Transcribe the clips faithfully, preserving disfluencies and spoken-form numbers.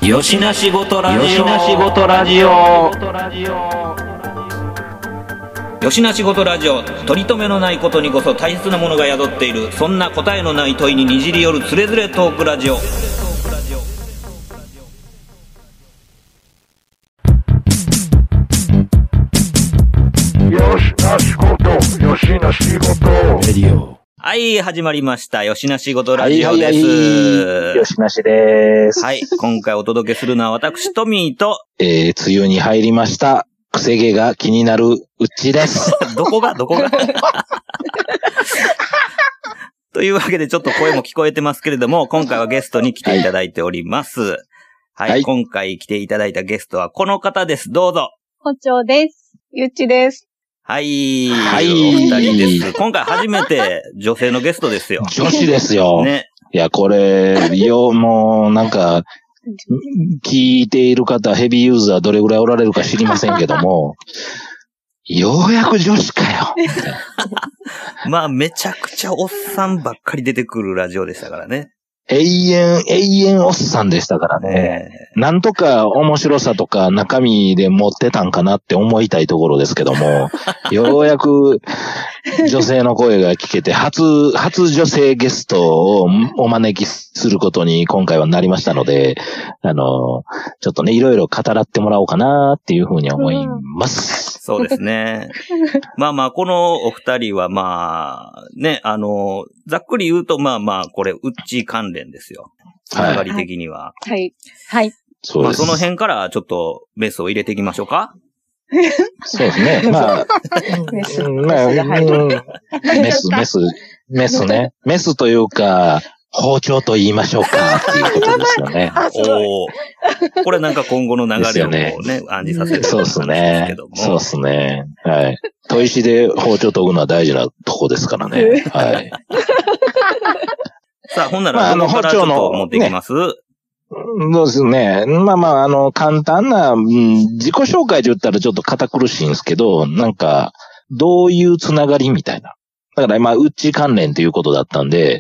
よしなしごとラジオ。よしなしごとラジオ。よしなしごとラジオ。取り留めのないことにこそ大切なものが宿っている。そんな答えのない問いににじり寄るつれづれトークラジオ。よしなしごと、よしなしごと。レディオ。 はい、始まりました。よしなしごとラジオです。はいはいはい、よしなしです。 はい、今回お届けするのは私、トミーと、 えー、梅雨に入りました。くせ毛が気になるうっちです。 どこがどこがというわけでちょっと声も聞こえてますけれども、今回はゲストに来ていただいております。はい、はいはい、今回来ていただいたゲストはこの方です。どうぞ。 ほちょうです。ゆっちです。 はい。はい。お二人です。今回初めて女性のゲストですよ。 女子ですよ。ね。いや、これ、よ、もう、なんか、聞いている方、ヘビーユーザーどれぐらいおられるか知りませんけども、ようやく女子かよ。 まあ、めちゃくちゃおっさんばっかり出てくるラジオでしたからね。 永遠、永遠おっさんでしたからね。なんとか面白さとか中身で持ってたんかなって思いたいところですけども、ようやく女性の声が聞けて、初、初女性ゲストをお招きすることに今回はなりましたので、あの、ちょっとね、いろいろ語らってもらおうかなっていうふうに思います。 そうですね。まあまあ、このお二人はまあ、ね、あの、ざっくり言うとまあまあ、これ、うっち関連ですよ。つながり的には。 はい。はい。 そうです。まあ、その辺からちょっとメスを入れていきましょうか。 そうですね。まあ、メス、まあ、メス、メス、メスね。メスというか、包丁と言いましょうかっていうことですよね。 おー。これなんか今後の流れをね、ね暗示させるそうですね。そうですね。はい。砥石で包丁研ぐのは大事なとこですからね。はい。 さあ、ほんなら、どこからちょっと持っていきます、まあそうですね。まあまあ、あの、簡単な、うん、自己紹介で言ったらちょっと堅苦しいんですけど、なんか、どういうつながりみたいな。だから、まあ、うっち関連ということだったんで、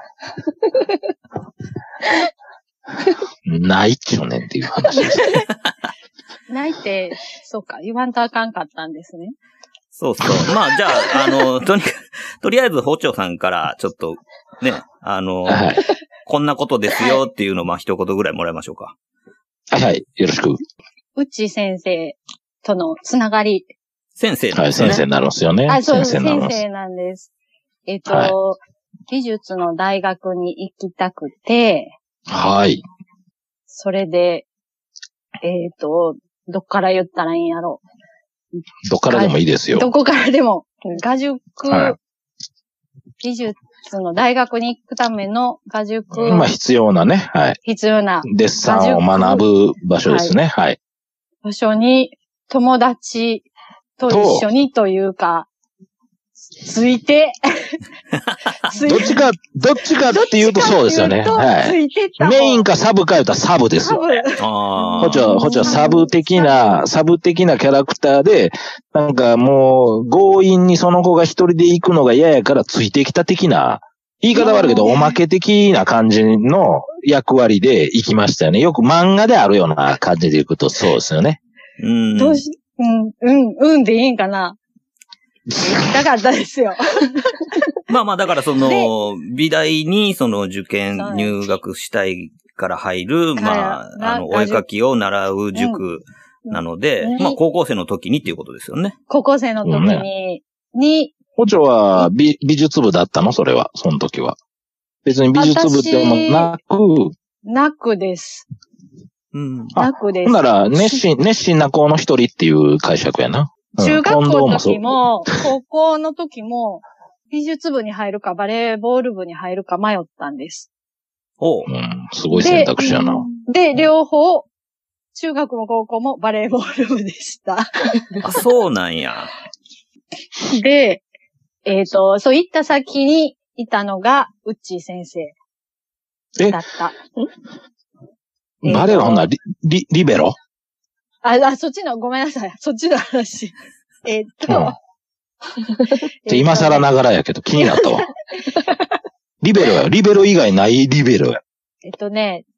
ないっちゅうねんっていう話ですね。 ないって、そうか、言わんとあかんかったんですね。 そうそう。まあ、じゃあ、あの、とにかく、とりあえず、包丁さんから、ちょっと、ね、あの、はい、こんなことですよっていうのを、まあ、一言ぐらいもらいましょうか。 はいはい、よろしく。 うっち先生とのつながり。 先生なんですね。はい、先生になるんですよね。 あ、そうです。先生なんです。えっと、はい、美術の大学に行きたくて。 はい。 それで、えっと、どっから言ったらいいんやろ。 どっからでもいいですよ。 どこからでも。画塾、はい、美術の大学に行くための画塾。 まあ必要なね。はい。 必要な。 デッサンを学ぶ場所ですね。はい。はい、 場所に友達と一緒にというか、ついて。 どっちか、どっちかっていうとそうですよね。はい。ついてたメインかサブか言うたらサブですよね。ほちょ、ほちょサブ的な、サブ的なキャラクターで、なんかもう強引にその子が一人で行くのが嫌やからついてきた的な、言い方悪いけどおまけ的な感じの役割で行きましたよね。よく漫画であるような感じで行くとそうですよね。 うん。どうし、うん、うん、うんでいいんかな。行きたかったですよ。 まあまあ、だからその、美大にその受験入学したいから入る、まあ、あの、お絵描きを習う塾なので、うん、まあ高校生の時にっていうことですよね。 高校生の時に、うん、に、 補助は美、美術部だったのそれは、その時は。別に美術部でもなく、 なくです。 うん。 なくです。 ほんなら、熱心、熱心な子の一人っていう解釈やな。 中学校の時も、高校の時も、美術部に入るかバレーボール部に入るか迷ったんです。 おう。 うん、すごい選択肢やな。 で、両方、中学も高校もバレーボール部でした。 あ、そうなんや。 で、えっと、そういった先にいたのが、うっちー先生だった。 えバレーはほんならリ、リ、リベロあ、あ、そっちの、ごめんなさい。そっちの話。えっと。うん、 で今更ながらやけど気になったわ。リベロや。リベロ以外ないリベロや。 えっとね、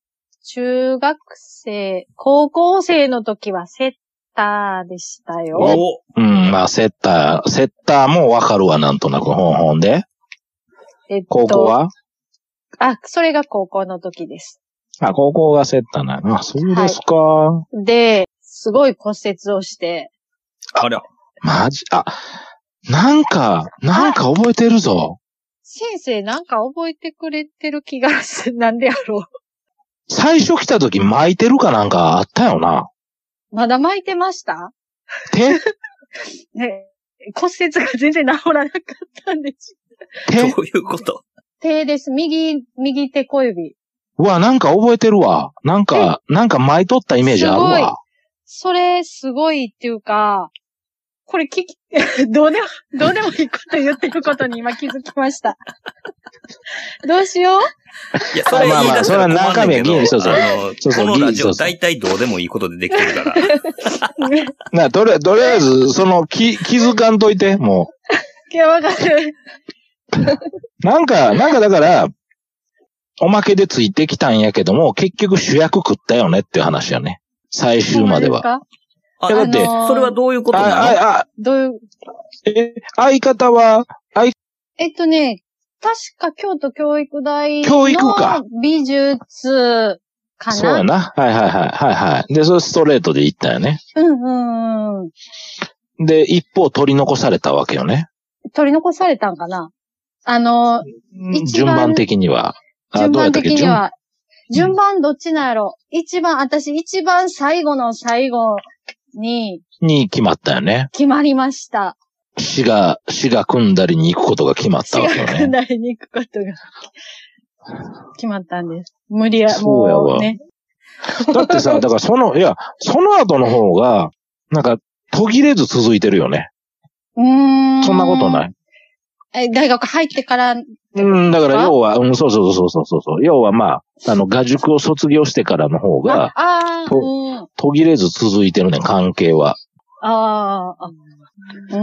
中学生、高校生の時はセッターでしたよ。 うん、まあ、セッター、セッターもわかるわ、なんとなく、ほんほんで。えっと、高校はあ、それが高校の時です。 あ、高校がセッターなの。あ、そうですか。はい、で、すごい骨折をして。 ありゃ。 マジ、あ、なんか、なんか覚えてるぞ。 先生、なんか覚えてくれてる気がする。なんでやろう。 最初来た時巻いてるかなんかあったよな。 まだ巻いてました手ね、骨折が全然治らなかったんです。 手どういうこと手です。右、右手小指。 うわ、なんか覚えてるわ。なんか、なんか巻いとったイメージあるわ。 それ、すごいっていうか、これ聞き、どうでも、どうでもいいこと言ってることに今気づきました。どうしよういや、それ言い出したら困んねんけど、 まあまあ、それは中身は議員、そうそう。 あの、そうそうこのラジオ大体どうでもいいことでできてるから。 な、とりあえず、とりあえず、その、気、気づかんといて、もう。いや、わかる。 なんか、なんかだから、おまけでついてきたんやけども、結局主役食ったよねっていう話やね。最終までは。 あ、だって、あのー、それはどういうことなの？ あ、あ、あ、どういう。 え、相方は、相、 えっとね、確か京都教育大の美術かな。 そうやな。はいはいはい。はいはい。で、それストレートで行ったよね。 うんうんうん。 で、一方取り残されたわけよね。 取り残されたんかな。あの、 順番的には。 順番的には。順番どっちなんやろ、うん、一番、私一番最後の最後に。 に決まったよね。 決まりました。 死が、死が組んだりに行くことが決まったわけよね。死が組んだりに行くことが決まったんです。無理や、もうやわ。ね。 だってさ、だからその、いや、その後の方が、なんか、途切れず続いてるよね。 うーん。 そんなことない。 え、大学入ってから。 うん、だから要は、うん、そうそうそうそうそうそう。要はまあ、あの、画塾を卒業してからの方が、 ああ、 うん、途切れず続いてるね、関係は。 ああ、うん。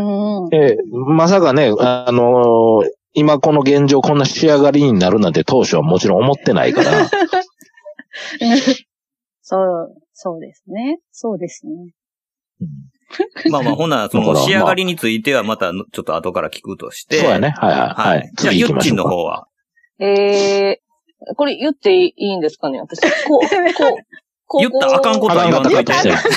え、まさかね、あのー、今この現状こんな仕上がりになるなんて当初はもちろん思ってないから。 そう、そうですね。そうですね。 まあまあ、ほな、その仕上がりについてはまたちょっと後から聞くとして。 そうやね。はいはい。はい。 じゃあ、ゆっちんの方は。 えー、これ言っていいんですかね私。こう、こう、 言ったらあかんことは言わんといて。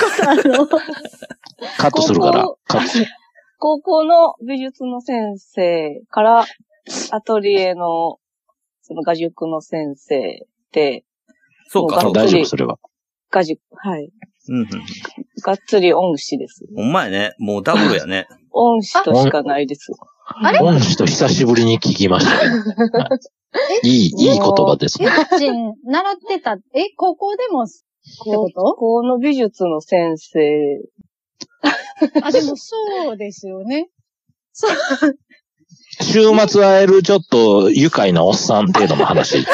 カットするから。カット。 高校の美術の先生から、アトリエの、その画塾の先生で、 そうか、 大丈夫、それは。 画塾、はい。 うんうん、 がっつり恩師です。 ほんまやね。もうダブルやね。 恩師としかないです。 あれ恩師と久しぶりに聞きましたけど。はい、いい、いい言葉ですね。 ゆっちん、習ってた、え、高校でもってこと？ 高校の美術の先生。 あ、でもそうですよね。そう。 週末会えるちょっと愉快なおっさん程度の話。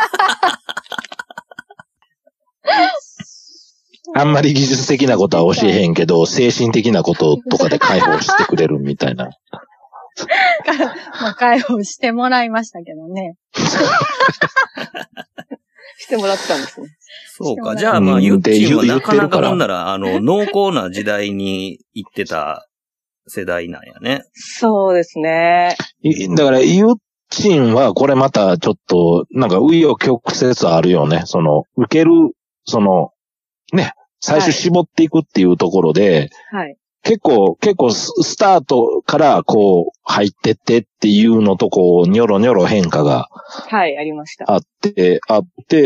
あんまり技術的なことは教えへんけど、精神的なこととかで解放してくれるみたいな。 まあ、解放してもらいましたけどね。 してもらったんですね。 そうか。じゃあまあ、ゆっちんはなかなかほんなら、あの、濃厚な時代に行ってた世代なんやね。 そうですね。 だから、ゆっちんはこれまたちょっと、なんか、紆余曲折あるよね。その、受ける、その、ね、最初絞っていくっていうところで、 はい。 結構、結構スタートからこう入ってってっていうのとこう、ニョロニョロ変化が。 はい、ありました。 あって、あって、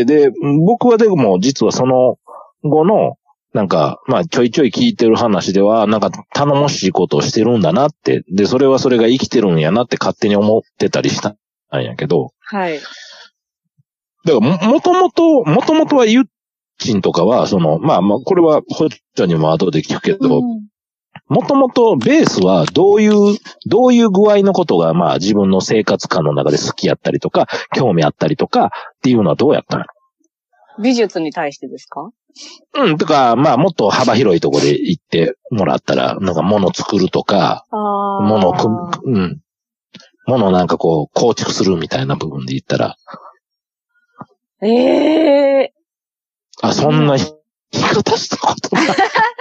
で、僕はでも実はその後の、なんか、まあちょいちょい聞いてる話では、なんか頼もしいことをしてるんだなって、で、それはそれが生きてるんやなって勝手に思ってたりしたんやけど。 はい。 だからも、もともと、もともとはゆっちんとかは、その、まあまあ、これはほっちゃんにも後で聞くけど、うんもともとベースはどういう、どういう具合のことがまあ自分の生活感の中で好きやったりとか、興味あったりとかっていうのはどうやったの？ 美術に対してですか？ うん、とか、まあもっと幅広いところで行ってもらったら、なんか物作るとか、物を組む、うん。物をなんかこう構築するみたいな部分で言ったら。 ええあ、そんな言い方したことない。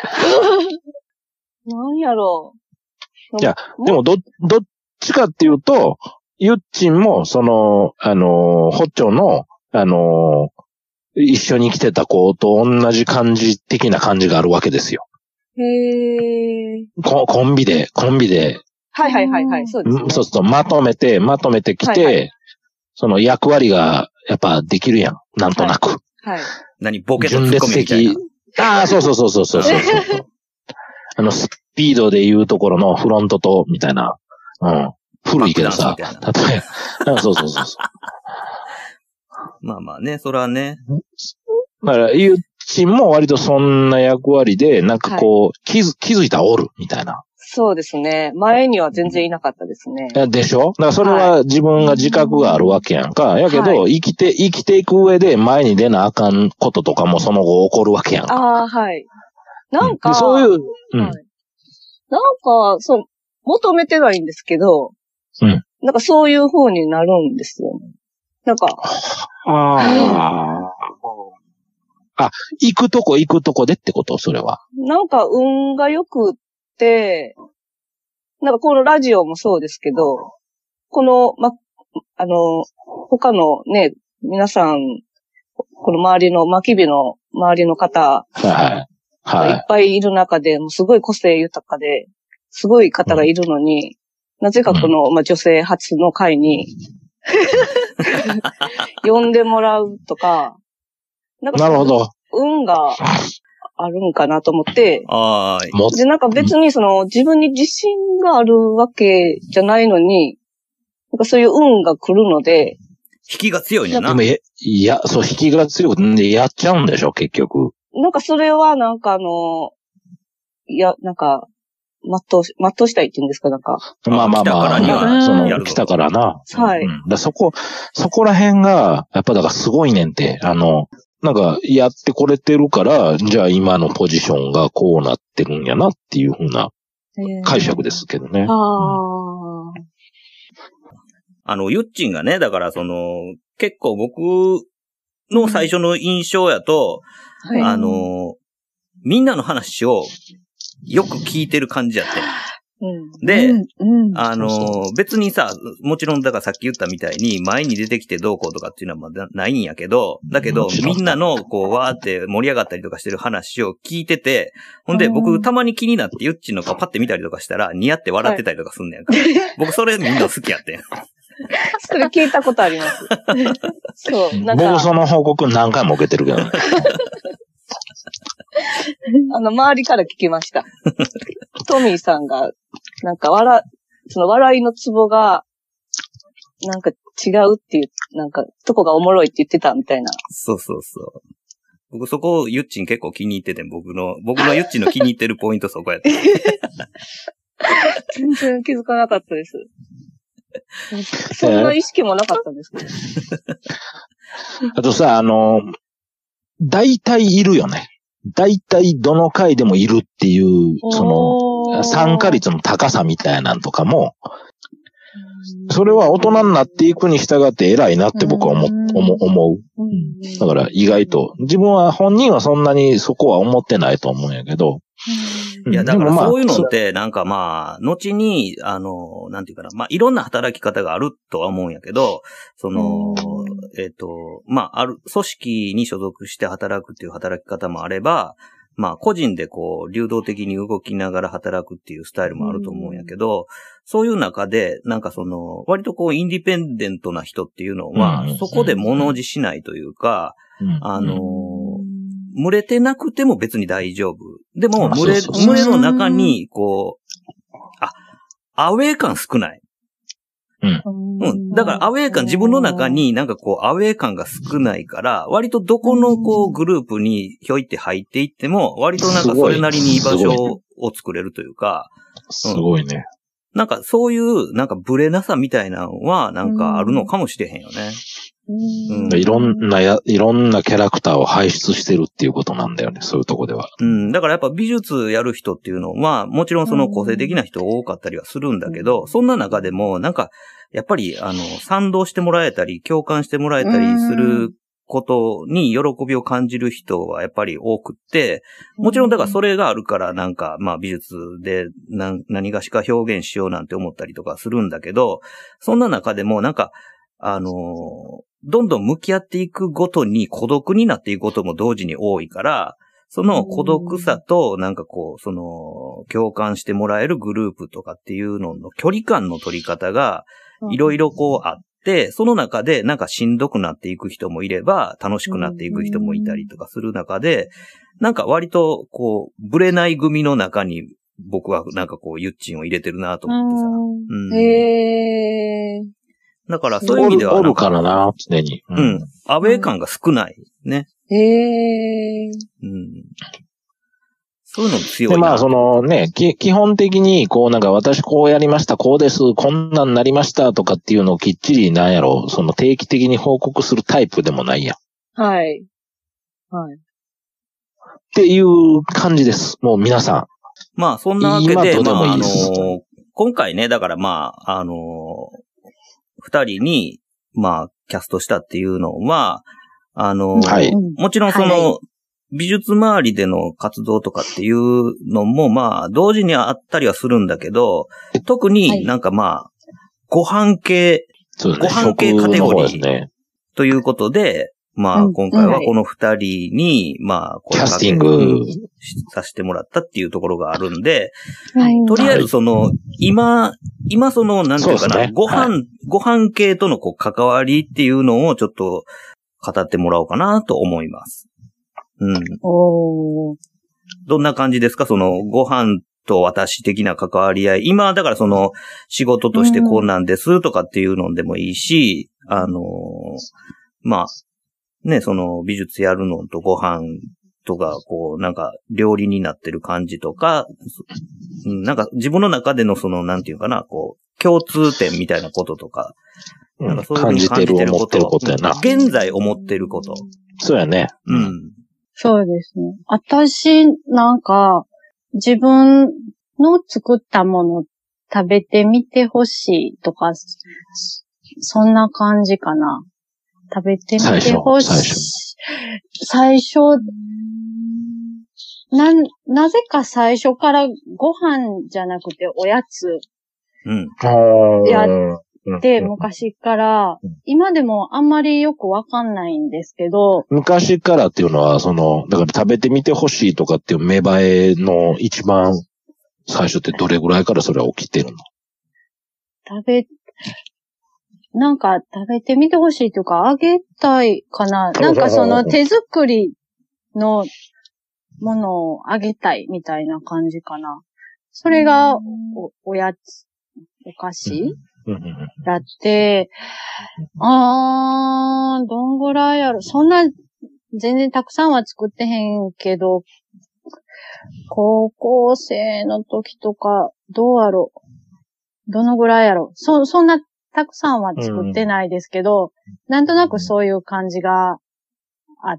なんやろう。いや、でもど、どっちかっていうと、ゆっちんも、その、あの、ホッチョの、あの、一緒に来てた子と同じ感じ的な感じがあるわけですよ。 へー。 コ, コンビで、コンビで。 はいはいはいはい、そうですね。 そうすると、まとめて、まとめてきて、はいはい、その役割が、やっぱできるやん。なんとなく。はい。 はい、何ボケとツッコミみたいな。 ああ、そうそうそうそうそうそうあの、スピードで言うところのフロントと、みたいな。うん。古いけどさ。例えば。そうそうそうそう。 まあまあね、それはね。 だから、ゆっちんも割とそんな役割で、なんかこう、はい、気づ、気づいたらおる、みたいな。 そうですね。前には全然いなかったですね。 でしょ？だからそれは自分が自覚があるわけやんか。はい、やけど、生きて、生きていく上で前に出なあかんこととかもその後起こるわけやんか。 ああ、はい。なんか、 そういう、うん。はい、 なんか、そう、求めてないんですけど、 うん。 なんかそういう風になるんですよね。なんか。 ああ。あ、行くとこ行くとこでってことそれは。 なんか運が良くって、なんかこのラジオもそうですけど、この、ま、あの、他のね、皆さん、この周りの、まきびの周りの方、 はい。はい。 いっぱいいる中で、もうすごい個性豊かで、すごい方がいるのに、うん、なぜかこの、ま、女性初の会に、呼んでもらうとか、 なんかなるほど。 運があるんかなと思って、 あで、なんか別にその自分に自信があるわけじゃないのに、なんかそういう運が来るので、 引きが強いんやな。 でも、いや、そう、引きが強くて、やっちゃうんでしょ、結局。 なんかそれはなんかあの、いや、なんか、全うし、全うしたいって言うんですか、なんか。 まあまあまあ、まあ、その、来たからな。 はい。 うん、だそこ、そこら辺が、やっぱだからすごいねんって、あの、なんか、やってこれてるから、じゃあ今のポジションがこうなってるんやなっていうふうな解釈ですけどね。 ああ、うん。 あの、ゆっちんがね、だからその、結構僕の最初の印象やと、うん、あの、みんなの話をよく聞いてる感じやって。うん、で、うんうん、あの、別にさ、もちろんだからさっき言ったみたいに前に出てきてどうこうとかっていうのはまだないんやけど、だけどみんなのこうわーって盛り上がったりとかしてる話を聞いてて、ほんで僕たまに気になってゆっちの顔パッて見たりとかしたらニヤって笑ってたりとかすんねんか。はい、僕それみんな好きやってん。 それ聞いたことあります。そう、なんか。 僕その報告何回も受けてるけどね。 あの、周りから聞きました。トミーさんが、なんか笑、その笑いのツボが、なんか違うっていう、なんか、とこがおもろいって言ってたみたいな。 そうそうそう。僕そこをゆっちん結構気に入ってて、僕の、僕のゆっちんの気に入ってるポイントそこやった。 全然気づかなかったです。そんな意識もなかったんですけど。 あとさ、あの、大体いるよね。大体どの回でもいるっていう、その、参加率の高さみたいなんとかも、それは大人になっていくに従って偉いなって僕は思、思、思う。だから意外と、自分は本人はそんなにそこは思ってないと思うんやけど、 いや、だからそういうのって、なんかまあ、後に、あの、なんていうかな、まあ、いろんな働き方があるとは思うんやけど、その、えっと、まあ、ある、組織に所属して働くっていう働き方もあれば、まあ、個人でこう、流動的に動きながら働くっていうスタイルもあると思うんやけど、そういう中で、なんかその、割とこう、インディペンデントな人っていうのは、そこで物おじしないというか、あの、群れてなくても別に大丈夫。でも、群れ、群れの中に、こう、あ、アウェー感少ない。 うん。 うん。だから、アウェー感、自分の中になんかこう、アウェー感が少ないから、割とどこのこう、グループにひょいって入っていっても、割となんかそれなりに居場所を作れるというか。 すごいね。 なんかそういう、なんかブレなさみたいなのは、なんかあるのかもしれへんよね。 うん、いろんなや、いろんなキャラクターを輩出してるっていうことなんだよね、そういうとこでは。 うん、だからやっぱ美術やる人っていうのは、もちろんその個性的な人多かったりはするんだけど、そんな中でも、なんか、やっぱり、あの、賛同してもらえたり、共感してもらえたりすることに喜びを感じる人はやっぱり多くって、もちろんだからそれがあるからなんか、まあ美術で何、何がしか表現しようなんて思ったりとかするんだけど、そんな中でもなんか、あのー、どんどん向き合っていくごとに孤独になっていくことも同時に多いから、その孤独さとなんかこう、その共感してもらえるグループとかっていうのの距離感の取り方がいろいろこうあって、その中でなんかしんどくなっていく人もいれば楽しくなっていく人もいたりとかする中で、なんか割とこう、ブレない組の中に僕はなんかこう、ユッチンを入れてるなと思ってさ。うん、 へー。 だからそういう意味ではおるからな、常に。 うん。アウェー感が少ないね。 へー。 うん。そういうのも強いな。 で、まあ、そのね、き、基本的に、こうなんか私こうやりました、こうです、こんなんなりましたとかっていうのをきっちりなんやろ、その定期的に報告するタイプでもないやん。 はい。はい。 っていう感じです。もう皆さん。 まあ、そんなわけで、まあ、あのー、 今回ね、だからまあ、あのー、二人に、まあ、キャストしたっていうのは、あのー、はい、もちろんその、はい、美術周りでの活動とかっていうのも、まあ、同時にあったりはするんだけど、特になんかまあ、ご飯系、 はい、 ご飯系カテゴリーということで、まあ、今回はこの二人に、まあ、 キャスティングさせてもらったっていうところがあるんで、はい、とりあえずその、今、今その、なんていうかな、ね、ご飯、はい、ご飯系とのこう関わりっていうのをちょっと語ってもらおうかなと思います。うん。 おー。 どんな感じですか？その、ご飯と私的な関わり合い。今、だからその、仕事としてこうなんですとかっていうのでもいいし、うん、あのー、まあ、ね、その、美術やるのとご飯とか、こう、なんか、料理になってる感じとか、なんか、自分の中でのその、なんていうかな、こう、共通点みたいなこととか、 うん、なんかそういうふうに感じてること。感じてる思ってることやな。 現在思ってること。 そうやね。 うん。 そうですね。私、なんか、自分の作ったもの食べてみてほしいとか、そんな感じかな。食べてみてほしい。最初。最初、な、なぜか最初からご飯じゃなくておやつ。 うん。 やって、昔から、今でもあんまりよくわかんないんですけど。 昔からっていうのは、その、だから食べてみてほしいとかっていう芽生えの一番最初ってどれぐらいからそれは起きてるの？ 食べ、なんか食べてみてほしいというか、あげたいかな。なんかその手作りのものをあげたいみたいな感じかな。それが お, おやつ、お菓子だって、あー、どんぐらいやろ。そんな、全然たくさんは作ってへんけど、高校生の時とか、どうやろ。どのぐらいやろ。そ、そんな、たくさんは作ってないですけど、うん、なんとなくそういう感じがあって、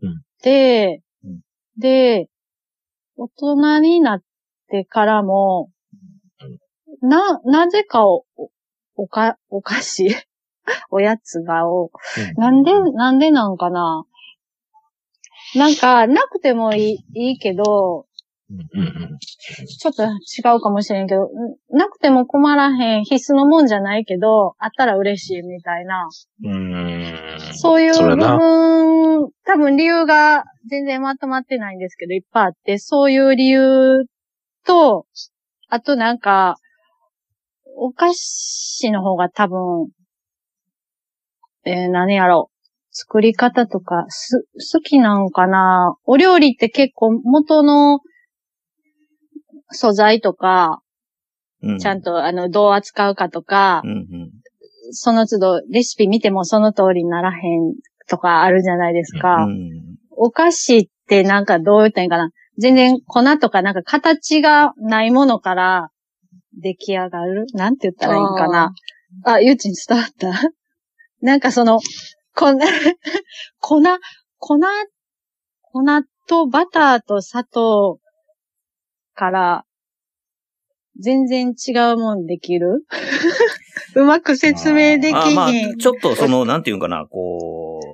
うん、で、大人になってからも、な、なぜかお、おか、お菓子おやつがを、うん、なんで、なんでなんかななんか、なくてもいい、いいけど、ちょっと違うかもしれんけど、なくても困らへん必須のもんじゃないけど、あったら嬉しいみたいな。 うーんそういう部分、多分理由が全然まとまってないんですけど、いっぱいあって、そういう理由と、あとなんか、お菓子の方が多分、えー、何やろう。作り方とか、す、好きなんかな。お料理って結構元の素材とか、うん、ちゃんとあの、どう扱うかとか、 うんうん、 その都度レシピ見てもその通りにならへんとかあるじゃないですか。 うんうん、 お菓子ってなんかどう言ったらいいかな。全然粉とかなんか形がないものから出来上がるなんて言ったらいいかな。あ、あゆうちん伝わったなんかその、粉、粉、粉、粉とバターと砂糖から全然違うもんできるうまく説明できひん。 あ、まあ、ちょっとその、なんていうかな、こう、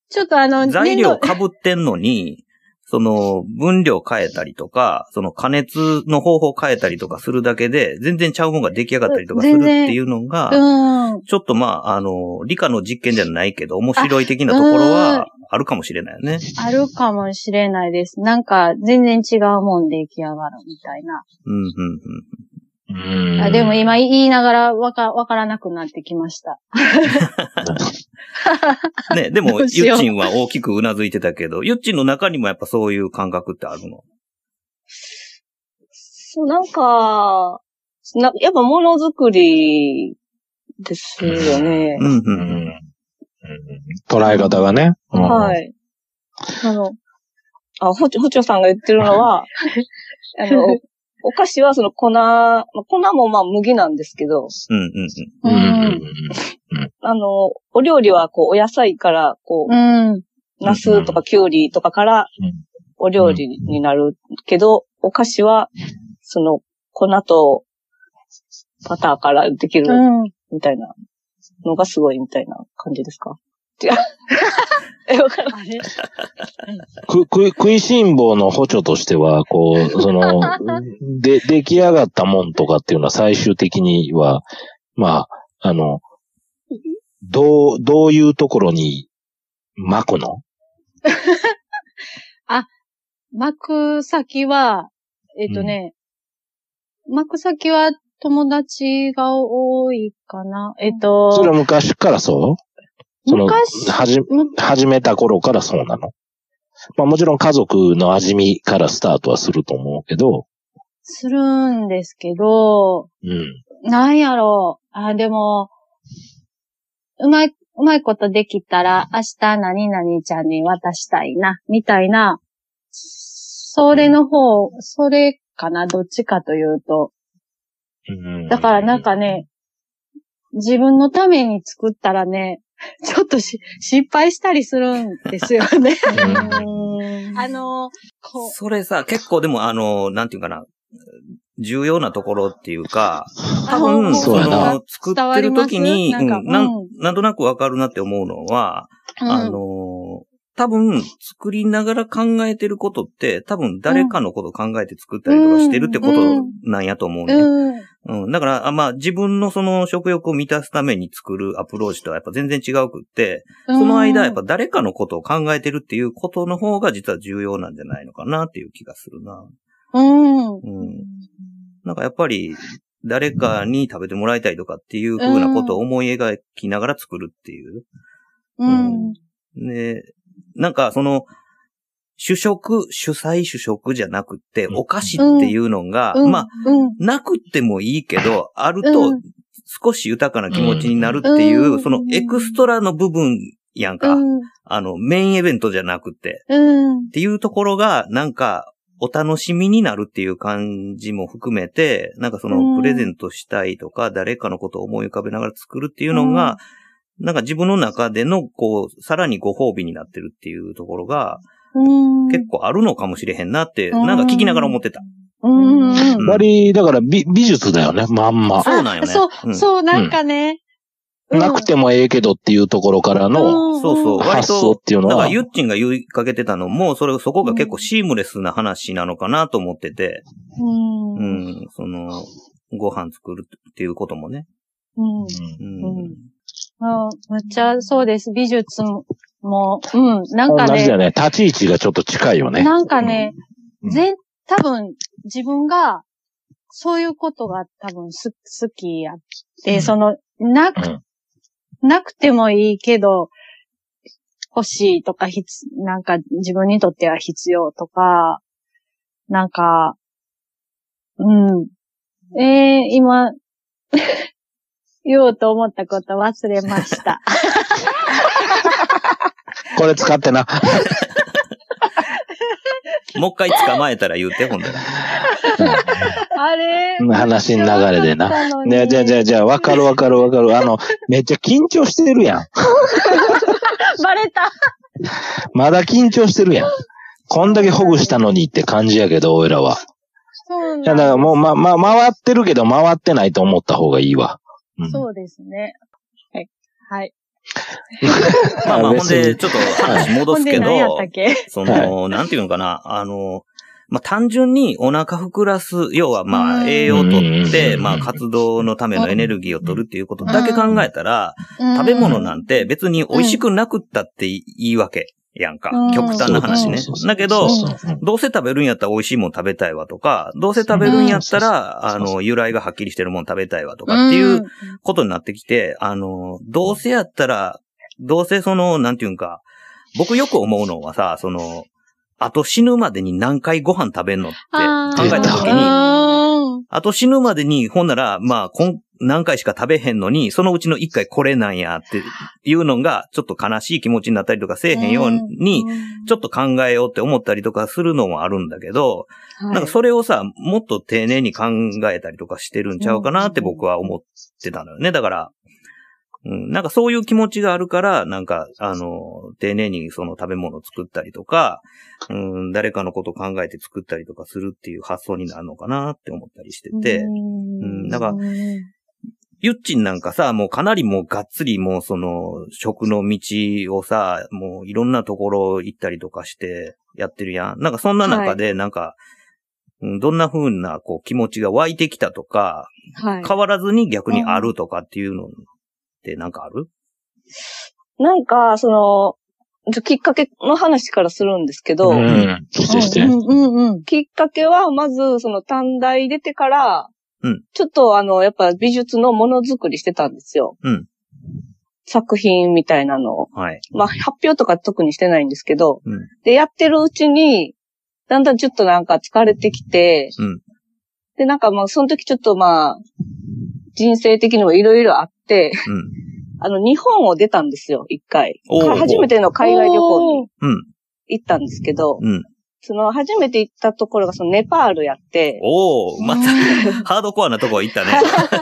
ちょっとあの、 材料被ってんのに、その、分量変えたりとか、その加熱の方法変えたりとかするだけで、全然ちゃうもんが出来上がったりとかするっていうのが、うん、ちょっとまあ、あの、理科の実験じゃないけど、面白い的なところは、あるかもしれないよね。 あるかもしれないです。なんか、全然違うもん出来上がるみたいな。 うん、うん、うん。 うんあでも今言いながらわか、わからなくなってきました。 ね、でも、ゆっちんは大きくうなずいてたけど、ゆっちんの中にもやっぱそういう感覚ってあるの？ そう、なんか、なやっぱものづくりですよね。 うんうんうん、 捉え方がね。 うん、はい。あの、あ、ほちょ、ほちょさんが言ってるのは、あの、お菓子はその粉、粉もまあ麦なんですけど、 うんうんうん。 あの、お料理はこうお野菜からこう、うん、ナスとかキュウリとかからお料理になるけど、お菓子はその粉とバターからできるみたいなのがすごいみたいな感じですか？違う。え、わからない。 く、く、食いしん坊の補助としては、こう、その、で、出来上がったもんとかっていうのは最終的には、まあ、あの、どう、どういうところに巻くの？ あ、巻く先は、えっとね、うん、巻く先は友達が多いかな。えっと。 それは昔からそう？その、はじ、始めた頃からそうなの？まあもちろん家族の味見からスタートはすると思うけど。 するんですけど、うん。なんやろう。あ、でも、うまい、うまいことできたら明日何々ちゃんに渡したいな、みたいな、それの方、それかな、どっちかというと。うん、だからなんかね、自分のために作ったらね、ちょっとし、失敗したりするんですよね。あの、 こう。それさ、結構でもあの、なんていうかな、重要なところっていうか、多分、その、作ってる時に、うん、なん、なんとなくわかるなって思うのは、うん、あの、多分、作りながら考えてることって、多分誰かのことを考えて作ったりとかしてるってことなんやと思うね。うんうんうん、だから、まあ、自分のその食欲を満たすために作るアプローチとはやっぱ全然違うくって、その間やっぱ誰かのことを考えてるっていうことの方が実は重要なんじゃないのかなっていう気がするな。うん。うん。なんかやっぱり、誰かに食べてもらいたいとかっていう風なことを思い描きながら作るっていう。うん。うん、で、なんかその、主食、主菜主食じゃなくって、お菓子っていうのが、うん、まあ、うん、なくってもいいけど、あると少し豊かな気持ちになるっていう、うん、そのエクストラの部分やんか。うん、あの、メインイベントじゃなくて、うん。っていうところが、なんか、お楽しみになるっていう感じも含めて、なんかその、プレゼントしたいとか、誰かのことを思い浮かべながら作るっていうのが、うん、なんか自分の中での、こう、さらにご褒美になってるっていうところが、結構あるのかもしれへんなって、なんか聞きながら思ってた。 うん。割り、だから美、美術だよね、まんま。 そうなんよね。 そう、そう、なんかね。 なくてもええけどっていうところからの、そうそう、発想っていうのは。 だからゆっちんが言いかけてたのも、それ、そこが結構シームレスな話なのかなと思ってて。うん。うん。その、ご飯作るっていうこともね。うん。うん。 あ、めっちゃそうです。美術も。もう、うん、なんかね。 同じだよね。立ち位置がちょっと近いよね。 なんかね、うん、全、多分、自分が、そういうことが多分す、好きやって、うん、その、なく、うん、なくてもいいけど、欲しいとか、ひつ、なんか自分にとっては必要とか、なんか、うん。えー、今、言おうと思ったこと忘れました。 これ使ってな。 もう一回捕まえたら言うて、ほんだら。 あれ話の流れでな。ね、じゃあじゃあじゃあ、わかるわかるわかる。あの、めっちゃ緊張してるやん。 バレた。 まだ緊張してるやん。こんだけほぐしたのにって感じやけど、俺らは。 そうなんだからもう、ま、ま、回ってるけど回ってないと思った方がいいわ。 うん、そうですね。はい。はい。 まあまあ、ほんで、ちょっと話戻すけど、その、 はい、 なんていうのかな、あの、まあ単純にお腹膨らす、要はまあ栄養をとって、まあ活動のためのエネルギーを取るっていうことだけ考えたら、食べ物なんて別に美味しくなくったっていいわけやんか。極端な話ね。だけど、どうせ食べるんやったら美味しいもん食べたいわとか、どうせ食べるんやったら、あの、由来がはっきりしてるもん食べたいわとかっていうことになってきて、あの、どうせやったら、どうせその、なんていうんか、僕よく思うのはさ、その、あと死ぬまでに何回ご飯食べんのって考えたときに、あと死ぬまでに、ほんなら、まあ、こん、何回しか食べへんのに、そのうちのいっかいこれなんやっていうのが、ちょっと悲しい気持ちになったりとかせえへんように、ちょっと考えようって思ったりとかするのもあるんだけど、なんかそれをさ、もっと丁寧に考えたりとかしてるんちゃうかなって僕は思ってたのよね。だから、うん、なんかそういう気持ちがあるから、なんか、あの、丁寧にその食べ物を作ったりとか、うん、誰かのことを考えて作ったりとかするっていう発想になるのかなって思ったりしてて、うん、なんか、ゆっちんなんかさ、もうかなりもうがっつりもうその食の道をさ、もういろんなところ行ったりとかしてやってるやん。なんかそんな中でなんか、はい、どんな風なこう気持ちが湧いてきたとか、はい、変わらずに逆にあるとかっていうのってなんかある？ なんか、その、きっかけの話からするんですけど、うん、うん、きっかけはまずその短大出てから、うん、ちょっとあの、やっぱ美術のものづくりしてたんですよ。うん、作品みたいなのを。はい、まあ、発表とか特にしてないんですけど、うん、で、やってるうちに、だんだんちょっとなんか疲れてきて、うん、で、なんかまあ、その時ちょっとまあ、人生的にもいろいろあって、うん、あの、日本を出たんですよ、一回。初めての海外旅行に行ったんですけど、うん、その、初めて行ったところが、その、ネパールやって。 おー、また、ハードコアなとこ行ったね。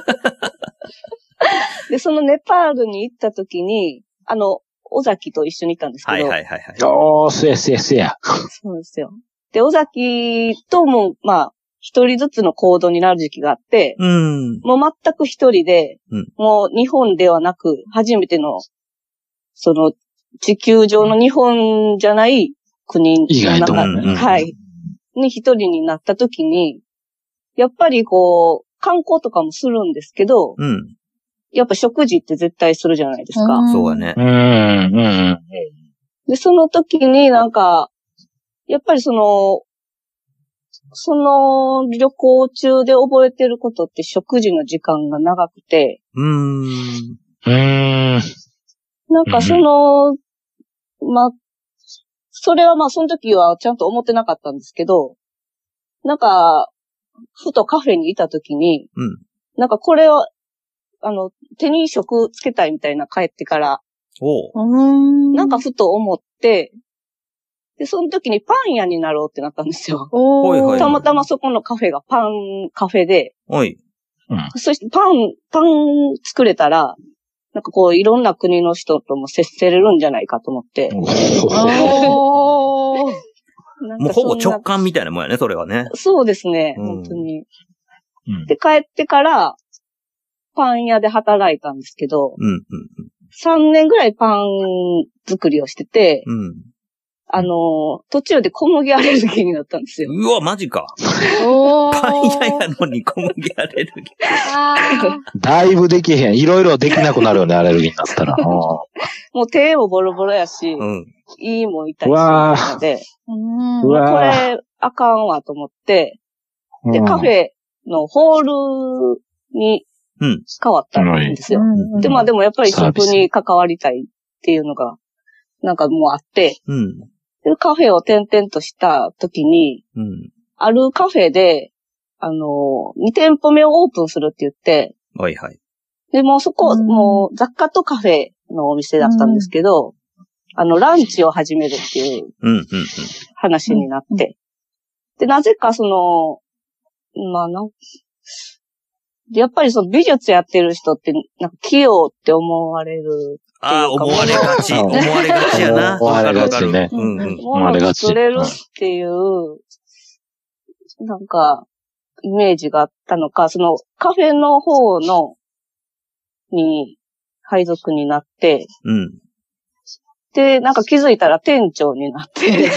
で、そのネパールに行った時に、あの、尾崎と一緒に行ったんですけど。 はいはいはいはい。 おー、せやせやせや。 そうですよ。で、尾崎とも、まあ、一人ずつの行動になる時期があって、うん、もう全く一人で、うん、もう日本ではなく、初めての、その、地球上の日本じゃない国の中、うん、はい。に一人になった時に、やっぱりこう、観光とかもするんですけど、うん、やっぱ食事って絶対するじゃないですか。 そうだね。うんうん、で、その時になんか、やっぱりその、その旅行中で覚えてることって食事の時間が長くて、うーん。うーん。なんかその、まあ、それはまあその時はちゃんと思ってなかったんですけど、なんか、ふとカフェにいた時に、うん、なんかこれを、あの、手に職つけたいみたいな帰ってから、おなんかふと思って、で、その時にパン屋になろうってなったんですよ。おたまたまそこのカフェがパンカフェで、おいうん、そしてパン、パン作れたら、なんかこういろんな国の人とも接せれるんじゃないかと思って。 おもうほぼ直感みたいなもんやね、それはね。 そうですね、うん、本当に、うん。で、帰ってから、パン屋で働いたんですけど、うんうんうん、さんねんぐらいパン作りをしてて、うん、あの、途中で小麦アレルギーになったんですよ。 うわ、マジか。パン屋やのに小麦アレルギー。 だいぶできへん。いろいろできなくなるよね、アレルギーになったら。 もう手もボロボロやし、うん、胃も痛いし、ので、うんこれあかんわと思って、で、カフェのホールに変わったんですよ。うん、で、まあでもやっぱり食に関わりたいっていうのが、なんかもうあって、うんでカフェを転々とした時に、うん、あるカフェで、あの、に店舗目をオープンするって言って、 はいはい。 で、もうそこ、うん、もう雑貨とカフェのお店だったんですけど、うん、あの、ランチを始めるっていう話になって、うんうんうん、で、なぜかその、まあなんやっぱりその美術やってる人って、なんか器用って思われる。 ああ、思われがち。思われがちやな。 思われがちね。 うんうん。思われがち。作れるっていう、なんか、イメージがあったのか、そのカフェの方の、に配属になって、 うん。 で、なんか気づいたら店長になって、うんうんうん、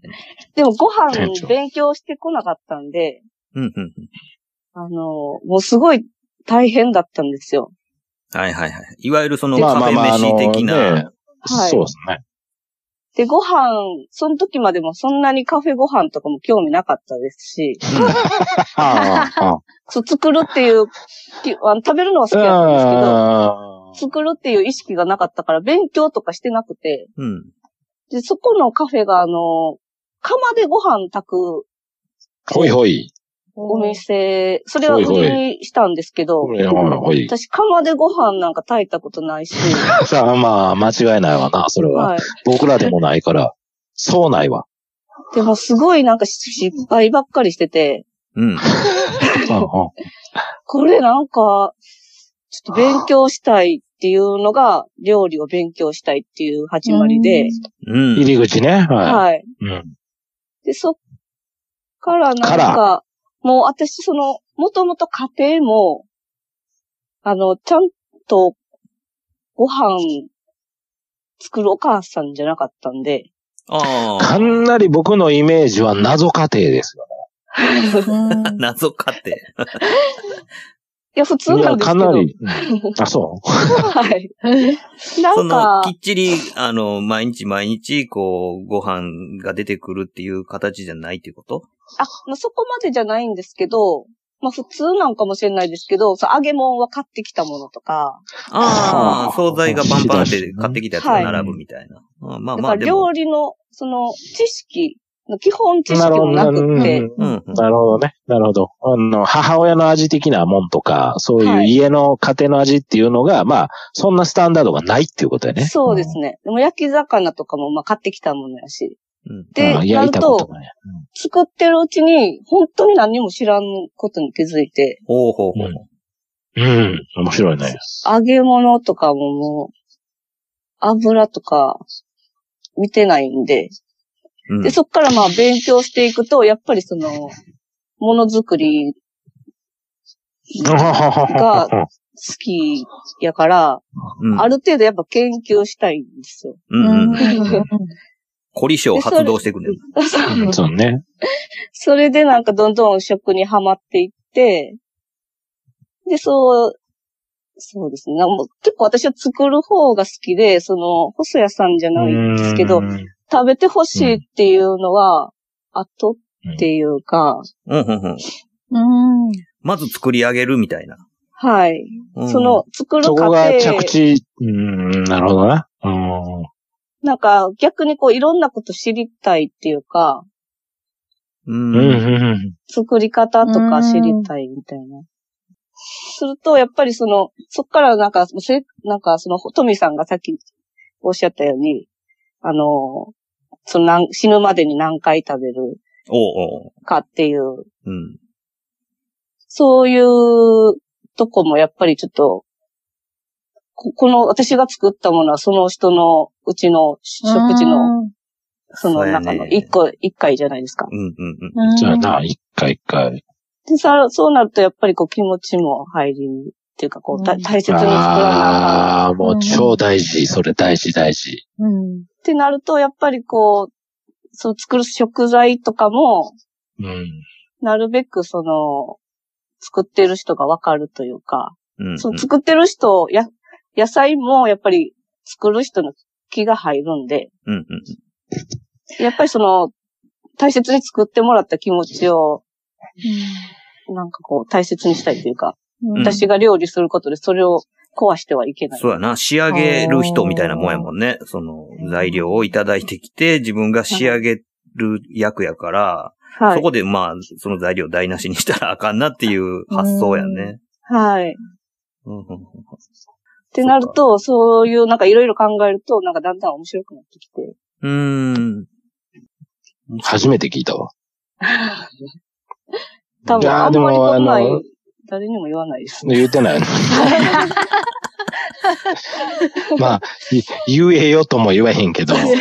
でもご飯勉強してこなかったんで、 うんうんうん、 あの、もうすごい大変だったんですよ。 はいはいはい。いわゆるそのカフェ飯的な。まあまあまあね、 はい。そうですね。 で、ご飯、その時までもそんなにカフェご飯とかも興味なかったですし、そう作るっていう、あの食べるのは好きだったんですけど、作るっていう意識がなかったから勉強とかしてなくて、 うん、 で、そこのカフェがあの、釜でご飯炊く。 ほいほい。 お店、それは売りにしたんですけど、 ほいほいほい私釜でご飯なんか炊いたことないし。 さあまあ、間違いないわな、それは、はい。僕らでもないから、そうないわ。 でもすごいなんか失敗ばっかりしてて、 うん。 これなんか、ちょっと勉強したいっていうのが、料理を勉強したいっていう始まりで。 うん。 入り口ね。はい。 はい。 うん。 で、そっからなんか、もう私その、もともと家庭も、あの、ちゃんとご飯作るお母さんじゃなかったんで。 ああ。 かなり僕のイメージは謎家庭ですよね。謎家庭。 いや、普通なんですけど。 いや、かなり。あ、そうはい。なんか。 その、きっちり、あの、毎日毎日、こう、ご飯が出てくるっていう形じゃないっていうこと？ あ、まあ、そこまでじゃないんですけど、まあ、普通なんかもしれないですけど、そう揚げ物は買ってきたものとか。 ああ、惣菜がパンパンって買ってきたやつが並ぶみたいな。はい、あまあまあ。 だから料理の、その、知識、基本知識もなくって。 なるほどね。なるほど。あの、母親の味的なもんとか、そういう家の家庭の味っていうのが、はい、まあ、そんなスタンダードがないっていうことやね。 そうですね。でも焼き魚とかも、まあ、買ってきたものやし。 うん、 で、なると、作ってるうちに、本当に何も知らんことに気づいて。 ほうほうほう。 うん、うん、面白いね。 揚げ物とかももう、油とか、見てないんで。うん、で、そっからまあ勉強していくと、やっぱりその、ものづくりが好きやから、うん、ある程度やっぱ研究したいんですよ。 うんうん凝り性発動してくるんだ。そうね。 それでなんかどんどん食にはまっていって、で、そう、そうですね。もう結構私は作る方が好きで、その、細谷さんじゃないんですけど、食べてほしいっていうのは、後っていうか、 うんうんうん。 うんまず作り上げるみたいな。 はい。うん、その、作る過程。 そこが着地、うん、なるほどね。うんなんか逆にこういろんなこと知りたいっていうか、 うん、 作り方とか知りたいみたいな。すると、やっぱりその、そっからなんか、なんかその、トミさんがさっきおっしゃったように、あの、その死ぬまでに何回食べるかっていう、 うん、 そういうとこもやっぱりちょっと、この私が作ったものはその人のうちの食事のその中の一個、一回じゃないですか。 うんうんうん。 じゃあな、一回一回。 でさ、そうなるとやっぱりこう気持ちも入り、っていうかこう、大切に作らなああ、もう超大事。それ大事大事。 うん。ってなるとやっぱりこう、そう作る食材とかも、 うん。 なるべくその、作ってる人がわかるというか、 うんうん、 そう作ってる人、や、野菜もやっぱり作る人の気が入るんで、 うんうん、 やっぱりその大切に作ってもらった気持ちを、うん、なんかこう大切にしたいというか、うん、私が料理することでそれを壊してはいけない。 そうやな、仕上げる人みたいなもんやもんね。その材料をいただいてきて自分が仕上げる役やから、はい、そこでまあその材料を台無しにしたらあかんなっていう発想やね。 はい。ってなると、そういうなんかいろいろ考えると、なんかだんだん面白くなってきて。 うーん。 初めて聞いたわ。 多分あんまりこんない、誰にも言わないです、 ね。言ってないの。まあ、言えよとも言わへんけど。だ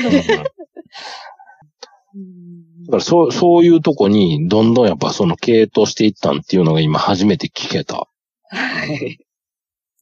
からそう、そういうとこにどんどんやっぱその系統していったんっていうのが今初めて聞けた。 はい。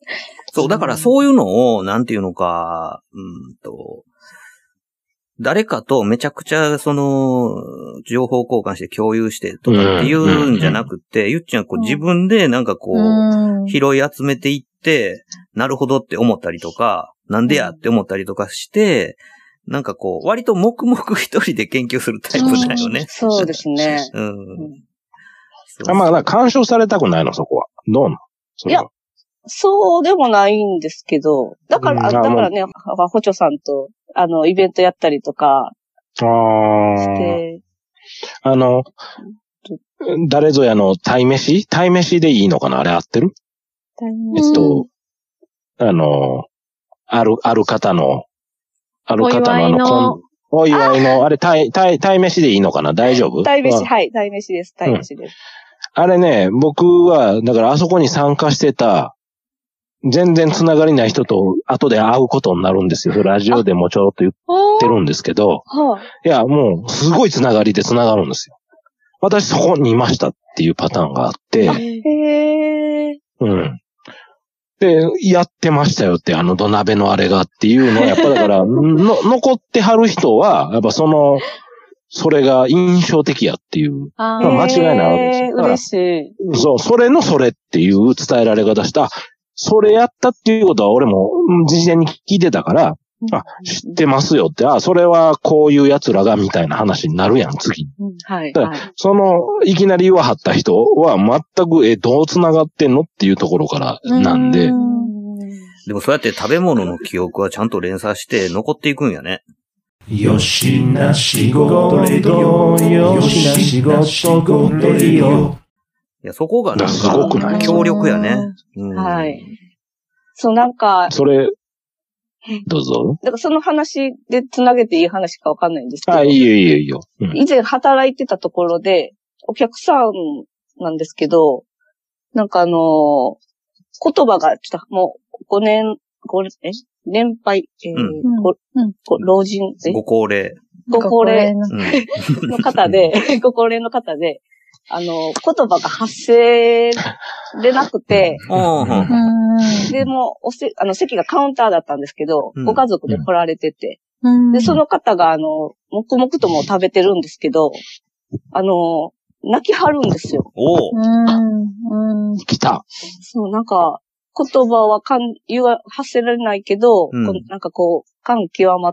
そう、だからそういうのを、なんていうのか、うんと、誰かとめちゃくちゃ、その、情報交換して共有してとかっていうんじゃなくて、ゆっちゃんこう自分でなんかこう、拾い集めていって、なるほどって思ったりとか、なんでやって思ったりとかして、なんかこう、割と黙々一人で研究するタイプだよね。 そうですね。 うん。 あ、まあ、だから干渉されたくないの、そこは。どうなの？ いや、そうでもないんですけど、だから、だからね、ホチョさんと、あの、イベントやったりとか、 ああ。して、あの、誰ぞやの鯛飯鯛飯でいいのかなあれ合ってる？えっと、あの、ある、ある方の、ある方のあの、お祝いの、あれ、鯛、鯛、鯛飯でいいのかな大丈夫？ 鯛飯、はい、鯛飯です、鯛飯です。 あれね、僕は、だからあそこに参加してた、全然つながりない人と後で会うことになるんですよ。ラジオでもちょろっと言ってるんですけど、いや、もうすごいつながりでつながるんですよ。私そこにいましたっていうパターンがあって、 へー。 うん。で、やってましたよって、あの土鍋のあれがっていうのは、やっぱだからの、残ってはる人は、やっぱその、それが印象的やっていう、まあ、間違いないわけですよ。 嬉しい。 そう、それのそれっていう伝えられ方した、それやったっていうことは俺も事前に聞いてたから、あ、知ってますよって、あ、それはこういう奴らがみたいな話になるやん、次に。 はい。 だからその、いきなり言わはった人は全く、え、どう繋がってんのっていうところからなんで。 でもそうやって食べ物の記憶はちゃんと連鎖して残っていくんやね。 よしな仕事レディオ、よしな仕事レディオ。 いや、そこがなんか、 すごくない強力やね。 うん、はい。そう、なんか、 それ、どうぞ。 だからその話で繋げていい話かわかんないんですけど。 あ、いいよいいよいいよ。 うん、以前働いてたところで、お客さんなんですけど、なんかあのー、言葉がちょっともうごねん、ご、え年配、えーうんごご老人、えご高齢。 ご高齢の方で、ご高齢の方で、あの、言葉が発せれなくて、で、もう、おせ、あの、席がカウンターだったんですけど、うん、ご家族で来られてて、うん、で、その方が、あの、黙々とも食べてるんですけど、あの、泣きはるんですよ。 おうん。来た。 そう、なんか、言葉はかん、言わ、発せられないけど、うん、なんかこう、感極まって、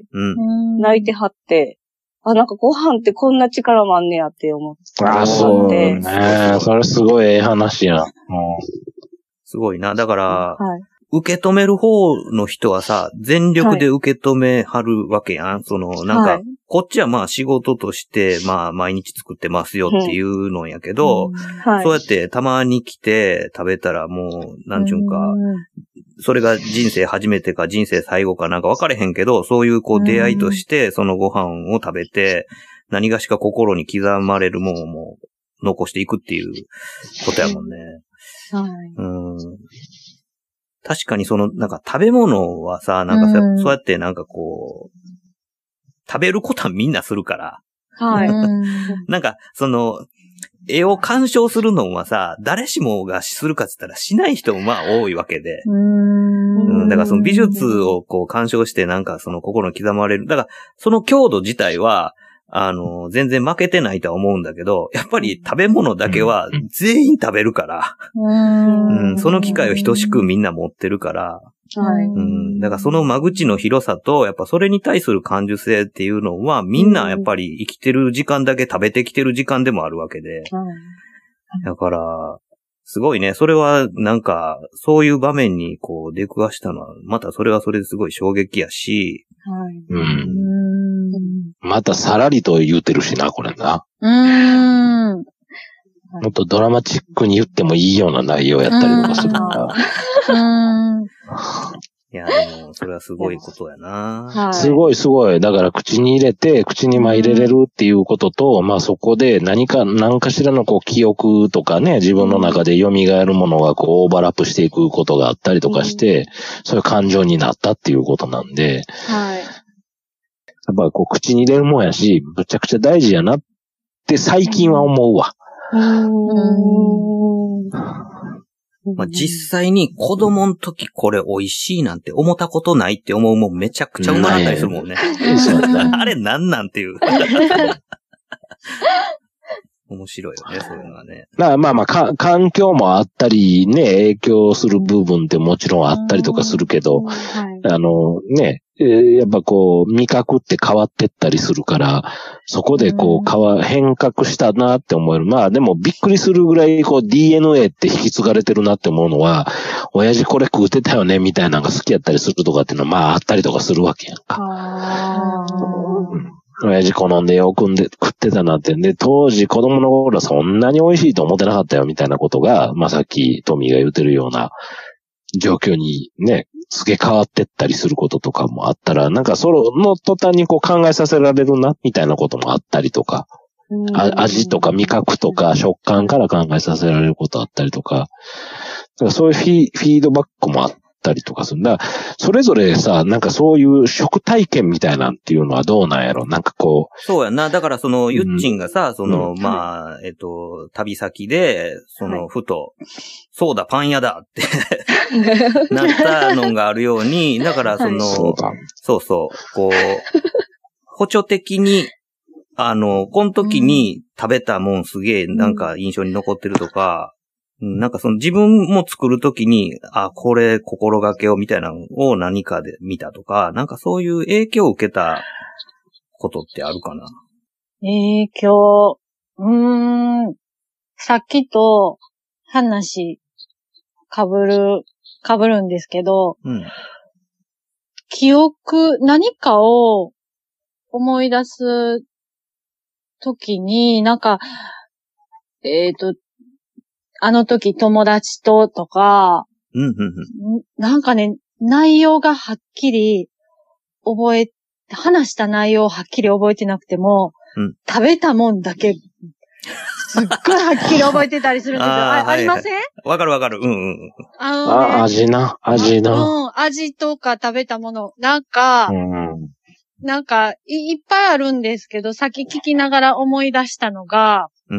うん、泣いてはって、あ、なんかご飯ってこんな力もあんねやって思って。 ああ、そうね。それすごいええ話や。 すごいな。だから、はい、受け止める方の人はさ、全力で受け止めはるわけやん。はい、その、なんか、はい、こっちはまあ仕事として、まあ毎日作ってますよっていうのやけど、うんはい、そうやってたまに来て食べたらもう、なんちゅうんか、うん、それが人生初めてか人生最後かなんか分かれへんけど、そういうこう出会いとして、そのご飯を食べて、何がしか心に刻まれるものをもう残していくっていうことやもんね。はい、うん確かにその、なんか食べ物はさ、なんかさ、うん、そうやってなんかこう、食べることはみんなするから。 はい。 なんか、その、絵を鑑賞するのはさ、誰しもがするかって言ったらしない人もまあ多いわけで。うんうん、だからその美術をこう鑑賞してなんかその心に刻まれる。だからその強度自体は、あの、全然負けてないとは思うんだけど、やっぱり食べ物だけは全員食べるから、うんうん、その機会を等しくみんな持ってるから、はいうん、だからその間口の広さと、やっぱそれに対する感受性っていうのは、みんなやっぱり生きてる時間だけ食べてきてる時間でもあるわけで、だから、すごいね。それはなんか、そういう場面にこう出くわしたのは、またそれはそれですごい衝撃やし、 はい、うん。またさらりと言うてるしな、これな。 うーん。 もっとドラマチックに言ってもいいような内容やったりとかするから。 うーん。 いや、でも、それはすごいことやな、 はい。すごいすごい。だから口に入れて、口にまあ入れれるっていうことと、まあそこで何か、何かしらのこう記憶とかね、自分の中で蘇るものがこうオーバーラップしていくことがあったりとかして、うん、そういう感情になったっていうことなんで、 はい。 やっぱこう口に入れるもんやし、むちゃくちゃ大事やなって最近は思うわ。 うん。 まあ、実際に子供の時これ美味しいなんて思ったことないって思うもんめちゃくちゃうまかったりするもんね。あれなんなんていう。面白いよね、そういうのはね。 まあまあまあ、か、環境もあったり、ね、影響する部分ってもちろんあったりとかするけど、はい、あの、ね、えー、やっぱこう、味覚って変わってったりするから、そこでこう、変わ、変革したなって思える。まあでもびっくりするぐらい、こう、ディーエヌエー って引き継がれてるなって思うのは、親父これ食うてたよね、みたいなのが好きやったりするとかっていうのは、まああったりとかするわけやんか。あ親父好んでよくんで食ってたなって。で、当時子供の頃はそんなに美味しいと思ってなかったよみたいなことが、まあさっきトミーが言ってるような状況にね、付け替わってったりすることとかもあったら、なんかその途端にこう考えさせられるな、みたいなこともあったりとか、あ味とか味覚とか食感から考えさせられることあったりとか、だからそういうフィ、フィードバックもあったりとかするんだ。それぞれさ、なんかそういう食体験みたいなんっていうのはどうなんやろなんかこう。 そうやな。だからその、ゆっちんがさ、うん、その、うん、まあ、えっと、旅先で、その、ふと、はい、そうだ、パン屋だってなったのがあるように、だからその、はい、そうだ。そうそう、こう、補助的に、あの、この時に食べたもんすげえなんか印象に残ってるとか、なんかその自分も作るときに、あ、これ心がけをみたいなのを何かで見たとか、なんかそういう影響を受けたことってあるかな？ 影響、うーん、さっきと話被る、被るんですけど、うん、記憶、何かを思い出すときに、なんか、えっと、あの時友達ととか、うんうんうん、なんかね、内容がはっきり覚え、話した内容をはっきり覚えてなくても、うん、食べたもんだけ、すっごいはっきり覚えてたりするんですよ。あ, あ, ありません？ わかるわかる。うんうん。 あの、ね、あ、味な、味な。 うん、味とか食べたもの。なんか、うん、なんかい、いっぱいあるんですけど、さっき聞きながら思い出したのが、うん。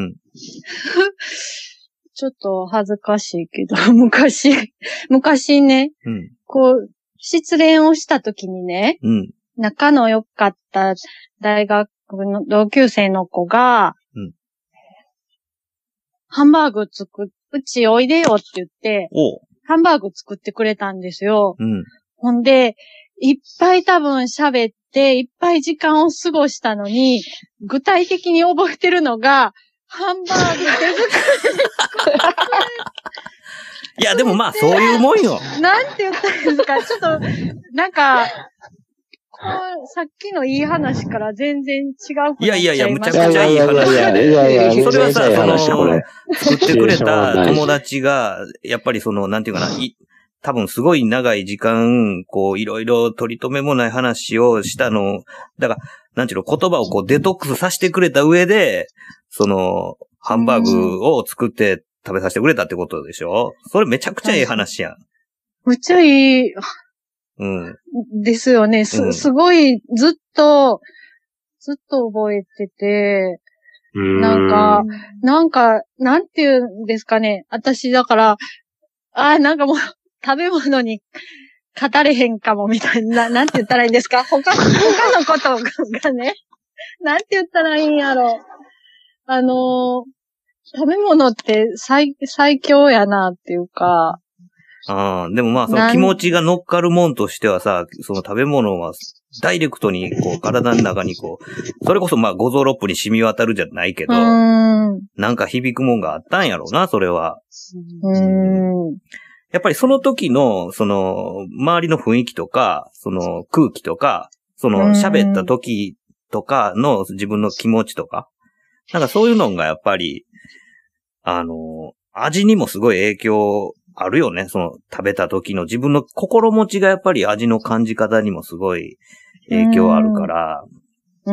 ちょっと恥ずかしいけど、昔、昔ね、うん、こう、失恋をした時にね、うん、仲の良かった大学の同級生の子が、うん、ハンバーグ作っ、うちおいでよって言って、ハンバーグ作ってくれたんですよ。うん、ほんで、いっぱい多分喋って、いっぱい時間を過ごしたのに、具体的に覚えてるのが、ハンバーグ手作り。 いや、でもまあ、そういうもんよ。 なんて言ったらいいんですかちょっと、なんか、こう、さっきのいい話から全然違う。 いやいやいや、むちゃくちゃいい話やで。いやいやいやそれはさ、その、作ってくれた友達が、やっぱりその、なんていうかな、い多分すごい長い時間、こう、いろいろ取り留めもない話をしたの、だから、なんていうの、言葉をこう、デトックスさせてくれた上で、その、ハンバーグを作って食べさせてくれたってことでしょ？それめちゃくちゃいい話やん。 めっちゃいい。うん。ですよね。す、すごい、ずっと、ずっと覚えてて、なんか、なんか、なんていうんですかね。私だから、あ、なんかもう、食べ物に語れへんかもみたいな、なんて言ったらいいんですか？他、他のことがね、なんて言ったらいいんやろ。あのー、食べ物って最、最強やなっていうか。 ああ、でもまあその気持ちが乗っかるもんとしてはさ、その食べ物はダイレクトにこう体の中にこう、それこそまあ五臓六腑に染み渡るじゃないけど、うんなんか響くもんがあったんやろうな、それは。うんやっぱりその時の、その、周りの雰囲気とか、その空気とか、その喋った時とかの自分の気持ちとか、なんかそういうのがやっぱり、あの、味にもすごい影響あるよね。その食べた時の自分の心持ちがやっぱり味の感じ方にもすごい影響あるから。うん。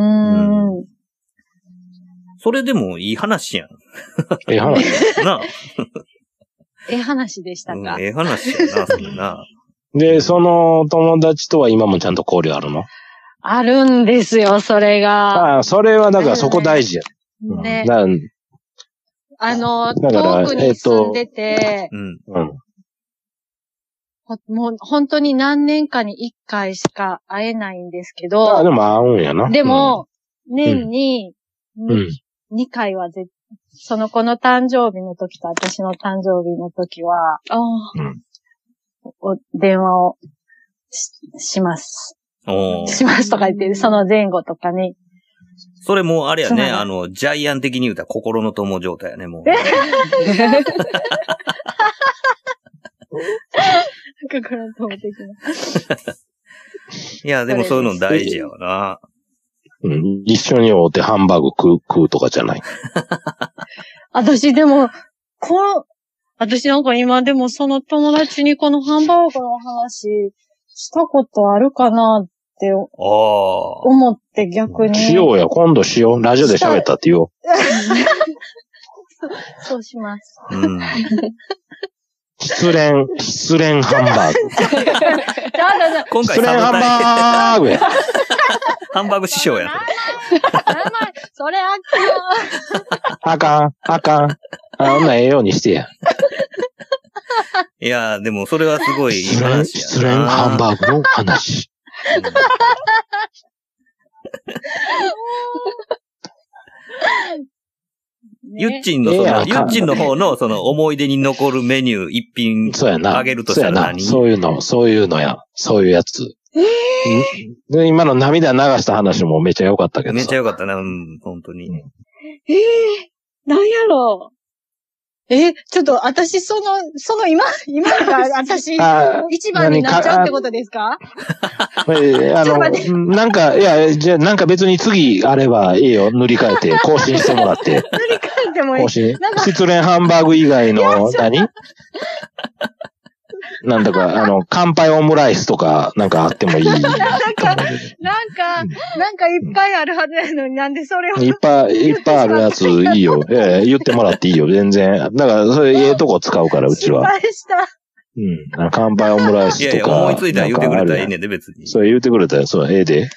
うんそれでもいい話やん。 ええ話なあ。 ええ話でしたか。 うん、ええ話やな、それな。 で、その友達とは今もちゃんと交流あるの？ あるんですよ、それが。 ああ、それはだからそこ大事や。ね。うん、 あの、遠くに住んでて、 うんうん。 もう本当に何年かに一回しか会えないんですけど。 あ、でも会うんやな。 でも、うん、年にに、うん、 にかいはぜ、その子の誕生日の時と私の誕生日の時は、うん、お電話を し, します。しますとか言って、その前後とかに。 それもあれやね、あの、ジャイアン的に言うたら心の友状態やね、もう。 心の友的な。 いや、でもそういうの大事やわな。 うん、一緒に会うてハンバーグ食う、食うとかじゃない。 私でも、こう、私なんか今でもその友達にこのハンバーグの話したことあるかなって思って逆に。 しようや、今度しよう。ラジオで喋ったって言おう。 そ, そうします。 うん失恋、失恋ハンバーグ。 今回失恋ハンバーグや。 ハンバーグ師匠や。 それあかん。あかん、あかん。あ、ほんなええようにしてや。 いや、でもそれはすごいいい話やな。 失恋ハンバーグの話。 ゆっちんのその、ゆっちんの方のその思い出に残るメニュー一品あげるとしたら何？ そういうの、そういうのや。そういうやつ。えー、で今の涙流した話もめっちゃ良かったけど。 めっちゃ良かったな、うん、本当に。 ええー、なんやろう。え、ちょっと、私、その、その今、今が私、一番になっちゃうってことですか？ えあの、なんか、いや、じゃあ、なんか別に次あればいいよ。塗り替えて、更新してもらって。塗り替えてもいい。 更新。失恋ハンバーグ以外の何、なんだか、あの、乾杯オムライスとか、なんかあってもいい。なんか、なんか、 なんかいっぱいあるはずなのになんでそれを。 いっぱい、いっぱいあるやついいよ。ええ、言ってもらっていいよ、全然。だから、それええとこ使うから、うちは。 失敗した。 うん。乾杯オムライスとか。いやいや、 思いついたら言ってくれたらいいねんで、別に。 それ言ってくれたら、そう、ええで。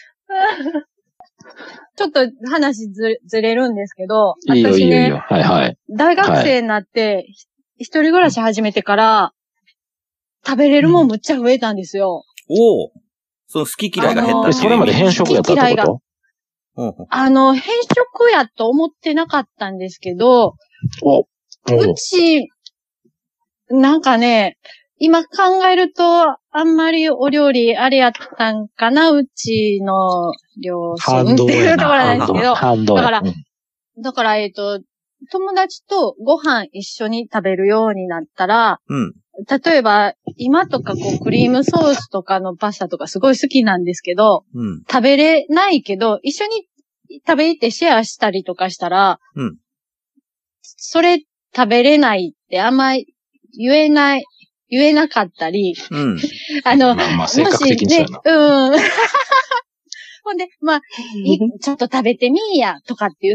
ちょっと話ず、ずれるんですけど。 いいよ、いいよ、いいよ。はいはい。 大学生になって、一人暮らし始めてから、食べれるもんむっちゃ増えたんですよ。 うん、おお。その好き嫌いが減ったっていう。 それまで偏食やったってこと？ うん、あの、偏食やと思ってなかったんですけど、 おうち、なんかね、今考えると、あんまりお料理あれやったんかな、うちの両親っていうところなんですけど、だから、だから、えっと、友達とご飯一緒に食べるようになったら、 うん、 例えば、今とかこう、クリームソースとかのパスタとかすごい好きなんですけど、 うん、 食べれないけど、一緒に食べてシェアしたりとかしたら、 うん、 それ食べれないってあんま言えない、言えなかったり、 うん、 あの、 まあまあ性格的にそうやな。 うん。ほんで、まあ、ちょっと食べてみーや、とかって言って、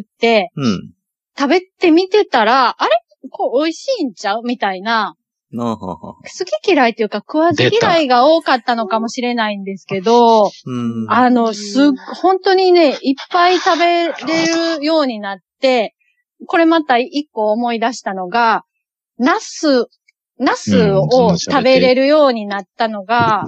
うん、 食べてみてたら、あれこう美味しいんちゃうみたいな。 好き嫌いっていうか食わず嫌いが多かったのかもしれないんですけど、 うん、 あの、すっ、本当にね、いっぱい食べれるようになって、これまた一個思い出したのが、ナス、ナスを食べれるようになったのが、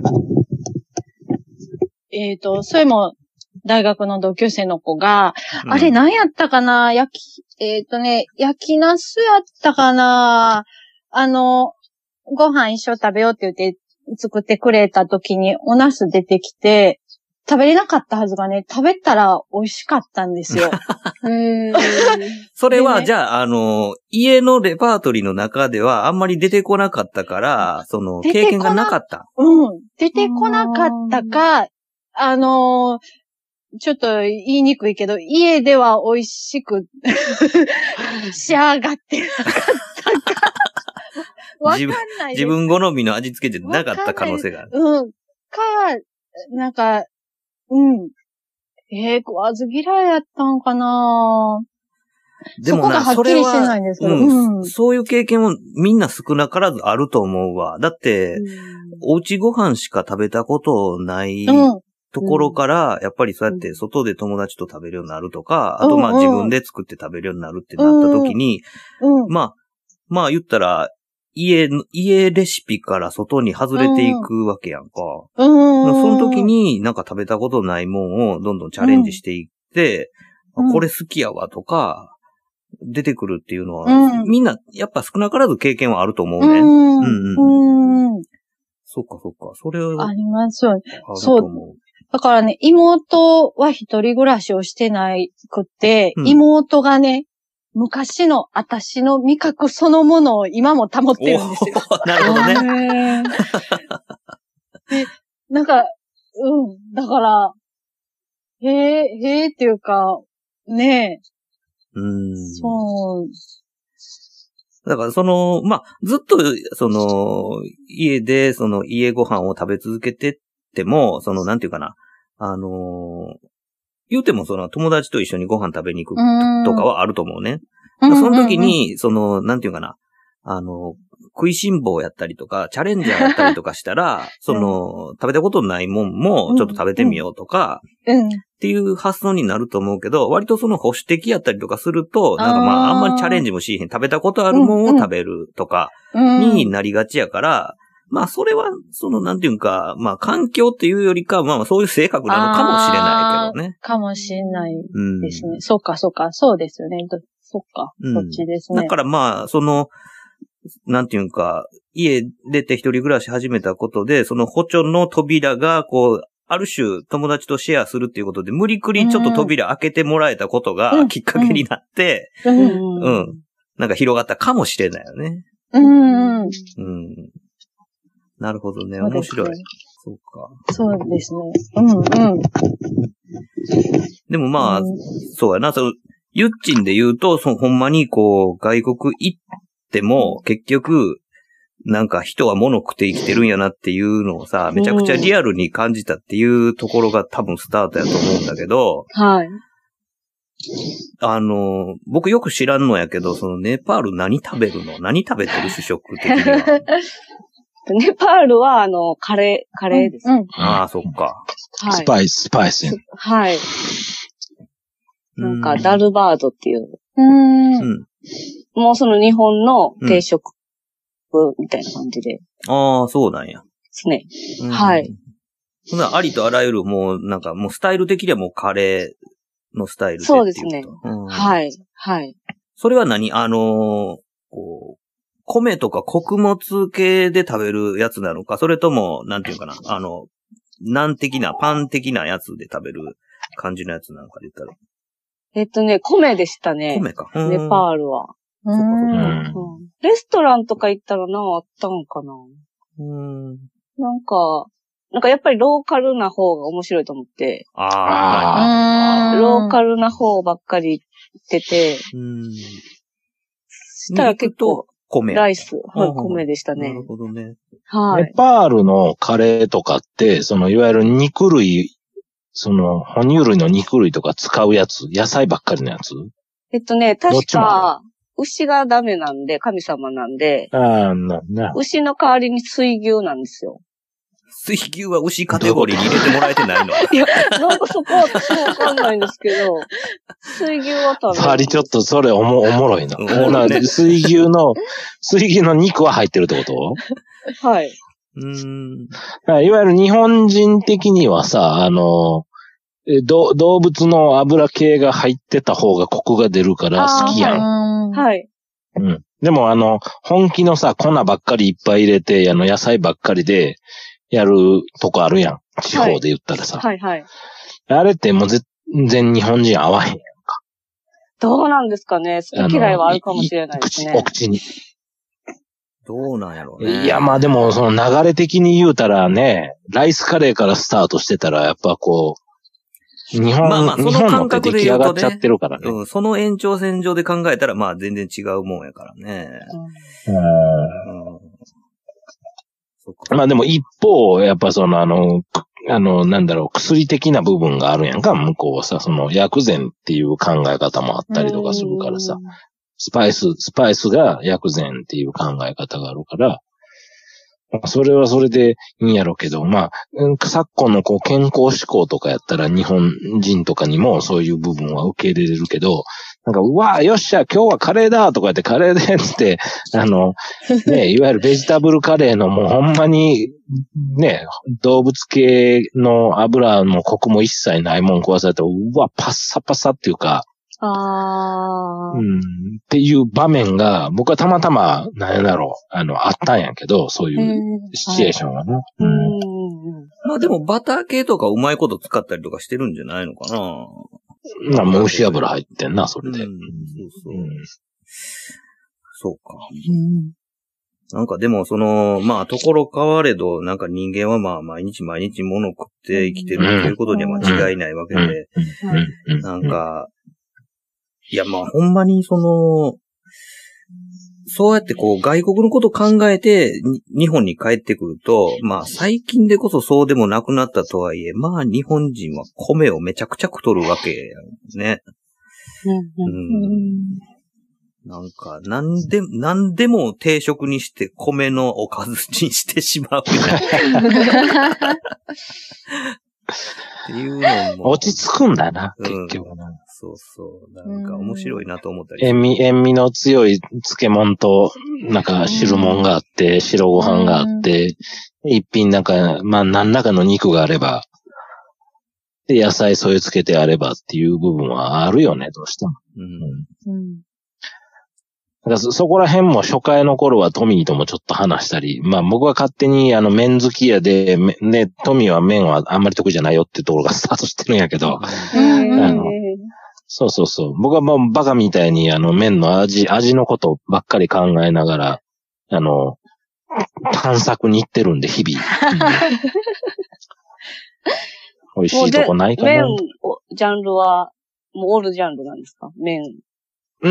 うん、えっと、それも大学の同級生の子が、うん、あれ何やったかな焼き、えっとね、焼きナスやったかなあの、ご飯一緒食べようって言って作ってくれた時におナス出てきて、食べれなかったはずがね、食べたら美味しかったんですよ。 うんそれは、ね、じゃあ、あの、家のレパートリーの中ではあんまり出てこなかったから、その、経験がなかった。 うん。出てこなかったか、あの、ちょっと言いにくいけど、家では美味しく仕上がってなかったか。わかんない。 自分好みの味付けじゃなかった可能性がある。 うん。か、なんか、うん。えー、食わず嫌いやったんかなでもな、 そこがはっきりしてないんですけど、 うんうん。そういう経験もみんな少なからずあると思うわ。だって、うん、おうちご飯しか食べたことないところから、やっぱりそうやって外で友達と食べるようになるとか、あとまあ自分で作って食べるようになるってなった時に、まあ、まあ言ったら、家、家レシピから外に外れていくわけやんか。その時になんか食べたことないもんをどんどんチャレンジしていって、これ好きやわとか、出てくるっていうのは、うん、みんな、やっぱ少なからず経験はあると思うね。うん。うんうん。そっかそっか。それは。 ありますよね。そう。だからね、妹は一人暮らしをしてないくって、うん、妹がね、昔の私の味覚そのものを今も保ってるんですよ。 なるほどね。 で、なんか、うん。だから、へえ、へえっていうか、ねえ。 うん。 そう。 だからその、まあ、ずっと、その、家で、その、家ご飯を食べ続けてっても、その、なんていうかな、あのー、言うてもその、友達と一緒にご飯食べに行くとかはあると思うね。その時に、その、なんていうかな、あの、食いしん坊やったりとか、チャレンジャーやったりとかしたら、その、食べたことないもんも、ちょっと食べてみようとか、っていう発想になると思うけど、割とその保守的やったりとかすると、なんかまあ、あんまりチャレンジもしへん、食べたことあるもんを食べるとか、になりがちやから、まあ、それは、その、なんていうか、まあ、環境っていうよりか、まあ、そういう性格なのかもしれないけどね。 かもしれないですね。そうか、そうか、そうですよね。そっか、そっちですね。 だからまあ、その、なんていうか、家出て一人暮らし始めたことで、その補助の扉が、こう、ある種友達とシェアするっていうことで、無理くりちょっと扉開けてもらえたことがきっかけになって、うん。うん。なんか広がったかもしれないよね。 うん。うん。 なるほどね。面白い。そうか。 そうですね。うんうん。 でもまあ、そうやな、その、ゆっちんで言うと、そのほんまにこう、外国行っても、結局、なんか人は物食って生きてるんやなっていうのをさ、めちゃくちゃリアルに感じたっていうところが多分スタートやと思うんだけど、 はい。 あの、僕よく知らんのやけど、そのネパール何食べるの？何食べてる主食的には。 ネパールは、あの、カレー、カレーです。 うんうん、 ああ、そっか。 はい。スパイス、スパイス。 はい。なんか、ダルバードっていう。 うん。 もうその日本の定食みたいな感じで。 うん、ああ、そうなんや。 ですね。うん、はい。 そんなありとあらゆるもう、なんかもうスタイル的にはもうカレーのスタイルでそうですね。うん、はい。はい。 それは何あのー、こう、米とか穀物系で食べるやつなのか、それとも、なんていうかな、あの、ナン的な、パン的なやつで食べる感じのやつなのかで言ったら。 えっとね、米でしたね。 米か。 ネパールは。 そっかそっか、 うん。レストランとか行ったらな、あったんかな。 うん。 なんか、なんかやっぱりローカルな方が面白いと思って。 ああ。ローカルな方ばっかり行ってて。うん。したら結構、 米。 ライス。はい、米でしたね。 なるほどね。 はい。 ネパールのカレーとかって、その、いわゆる肉類、その、哺乳類の肉類とか使うやつ、野菜ばっかりのやつ？ えっとね、確か、牛がダメなんで、神様なんで、 ああ、な、な。 牛の代わりに水牛なんですよ。 水牛は牛カテゴリーに入れてもらえてないの？ いや、なんかそこは私もわかんないんですけど、水牛は食べる。 パリちょっとそれおも、おもろいな。ね、水牛の、水牛の肉は入ってるってこと？はい。 うーん。 いわゆる日本人的にはさ、あの、ど動物の油系が入ってた方がコクが出るから好きやん。 はい。 うん。でもあの、本気のさ、粉ばっかりいっぱい入れて、あの、野菜ばっかりでやるとこあるやん。地方で言ったらさ。 はい、はい、はい。 あれってもう全然日本人合わへんやんか。 どうなんですかね。好き嫌いはあるかもしれないですね。 お口に。 どうなんやろうね。 いや、まあでも、その流れ的に言うたらね、ライスカレーからスタートしてたら、やっぱこう、日本、まあまあその感覚で言うとね、日本のって出来上がっちゃってるからね。 うん、その延長線上で考えたら、まあ全然違うもんやからね。 うん。うん、そっか。まあでも一方、やっぱそのあの、あの、なんだろう、薬的な部分があるやんか、向こうはさ、その薬膳っていう考え方もあったりとかするからさ。スパイス、スパイスが薬膳っていう考え方があるから、 それはそれでいいんやろうけど、まあ、昨今のこう健康志向とかやったら日本人とかにもそういう部分は受け入れれるけど、なんか、うわぁ、よっしゃ、今日はカレーだとか言ってカレーでって、あの、ね、いわゆるベジタブルカレーのもうほんまに、ね、動物系の油もコクも一切ないもん食わされたら、うわ、パッサパサっていうか、 あうん、っていう場面が、僕はたまたま、なんやだろう、あの、あったんやけど、そういうシチュエーションはね。うんうん、まあでもバター系とかうまいこと使ったりとかしてるんじゃないのかな。 まあ、もう牛油入ってんな、それで。うん、そうそう。うん、 そうか。うんなんかでもその、まあところ変われど、なんか人間はまあ毎日毎日物食って生きてるということには間違いないわけで、なんか、いやまあほんまにその、そうやってこう外国のこと考えて日本に帰ってくると、まあ最近でこそそうでもなくなったとはいえ、まあ日本人は米をめちゃくちゃ食とるわけやね。うんなんか、なんで、なんでも定食にして米のおかずにしてしまうみたいな。っていうのも。 落ち着くんだな、うん、結局な。 そうそう。なんか面白いなと思ったり。 塩味、塩味の強い漬物と、なんか汁物があって、白ご飯があって、一品なんか、まあ何らかの肉があれば、で、野菜添え付けてあればっていう部分はあるよね、どうしても。うん。うんだからそこら辺も初回の頃はトミーともちょっと話したり、まあ僕は勝手にあの麺好きやで、ね、トミーは麺はあんまり得意じゃないよっていうところがスタートしてるんやけど、あのそうそうそう。僕はもうバカみたいにあの麺の味、味のことばっかり考えながら、あの、探索に行ってるんで、日々。うん、美味しいとこないかな。 麺、ジャンルは、もうオールジャンルなんですか？麺。 うん、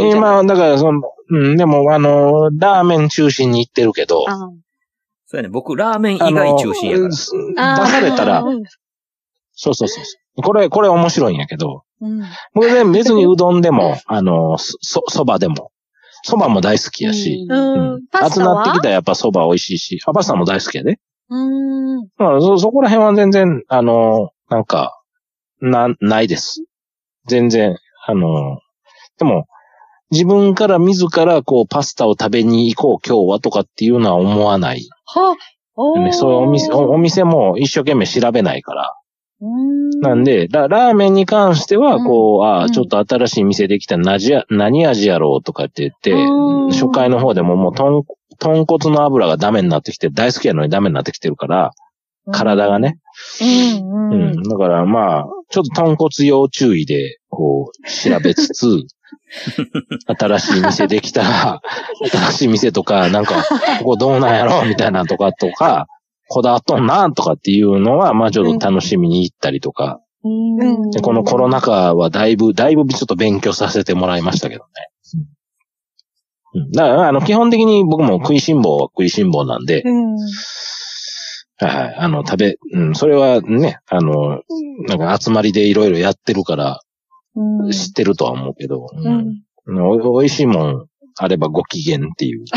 今、だから、その、うん、でも、あの、ラーメン中心に行ってるけど。 そうやね、僕、ラーメン以外中心やから。出されたら、そうそうそう。これ、これ面白いんやけど。うん、僕ね、別にうどんでも、あの、そ、そばでも。そばも大好きやし。うん。うん、集まってきたらやっぱそば美味しいし。あ、パスタも大好きやで。うん。まあ、そ、そこら辺は全然、あの、なんか、な、ないです。全然、あの、でも、自分から自らこうパスタを食べに行こう今日はとかっていうのは思わない。はぁ、ね、そういうお店、お店も一生懸命調べないから。うんなんでラ、ラーメンに関しては、こう、うん、ああ、ちょっと新しい店できた何味、何味やろうとかって言って、初回の方でももう豚、豚骨の油がダメになってきて、大好きやのにダメになってきてるから、体がね。うん、うん。だからまあ、ちょっと豚骨要注意で、こう、調べつつ、新しい店できたら、新しい店とか、なんか、ここどうなんやろみたいなとかとか、こだわっとんなとかっていうのは、まあちょっと楽しみに行ったりとか。うん、でこのコロナ禍はだいぶ、だいぶちょっと勉強させてもらいましたけどね。うん、だから、あの、基本的に僕も食いしん坊は食いしん坊なんで、うんはいはい。あの、食べ、うん、それはね、あの、なんか集まりでいろいろやってるから、うん、知ってるとは思うけど、うん。うん、お, おいしいもんあればご機嫌っていう、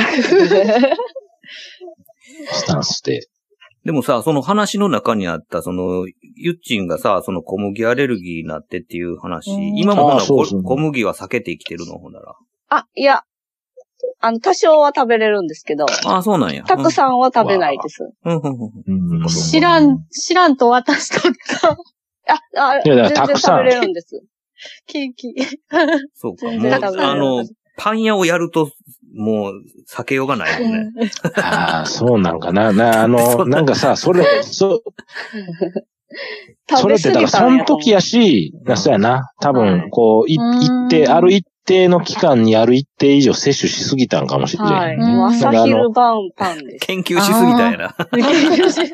スタンスで。 でもさ、その話の中にあった、その、ゆっちんがさ、その小麦アレルギーになってっていう話、うん、今もほな小麦は避けて生きてるのほんなら。 あ、いや。あの、多少は食べれるんですけど。 ああ、そうなんや。 たくさんは食べないです。 うん、知らん、知らんと私とった。 あ、あ、全然食べれるんです。 ケーキ。 そうか。もう、あの、パン屋をやると、もう、避けようがないよね。 ああ、そうなんかな。な、あの、なんかさ、それ、そ、それってだからその時やし、そうやな。多分、こう、い、一定、ある一定の期間にある一定以上摂取しすぎたんかもしれない、ね。 はい。朝昼晩パンです。 研究しすぎたんやな。研究し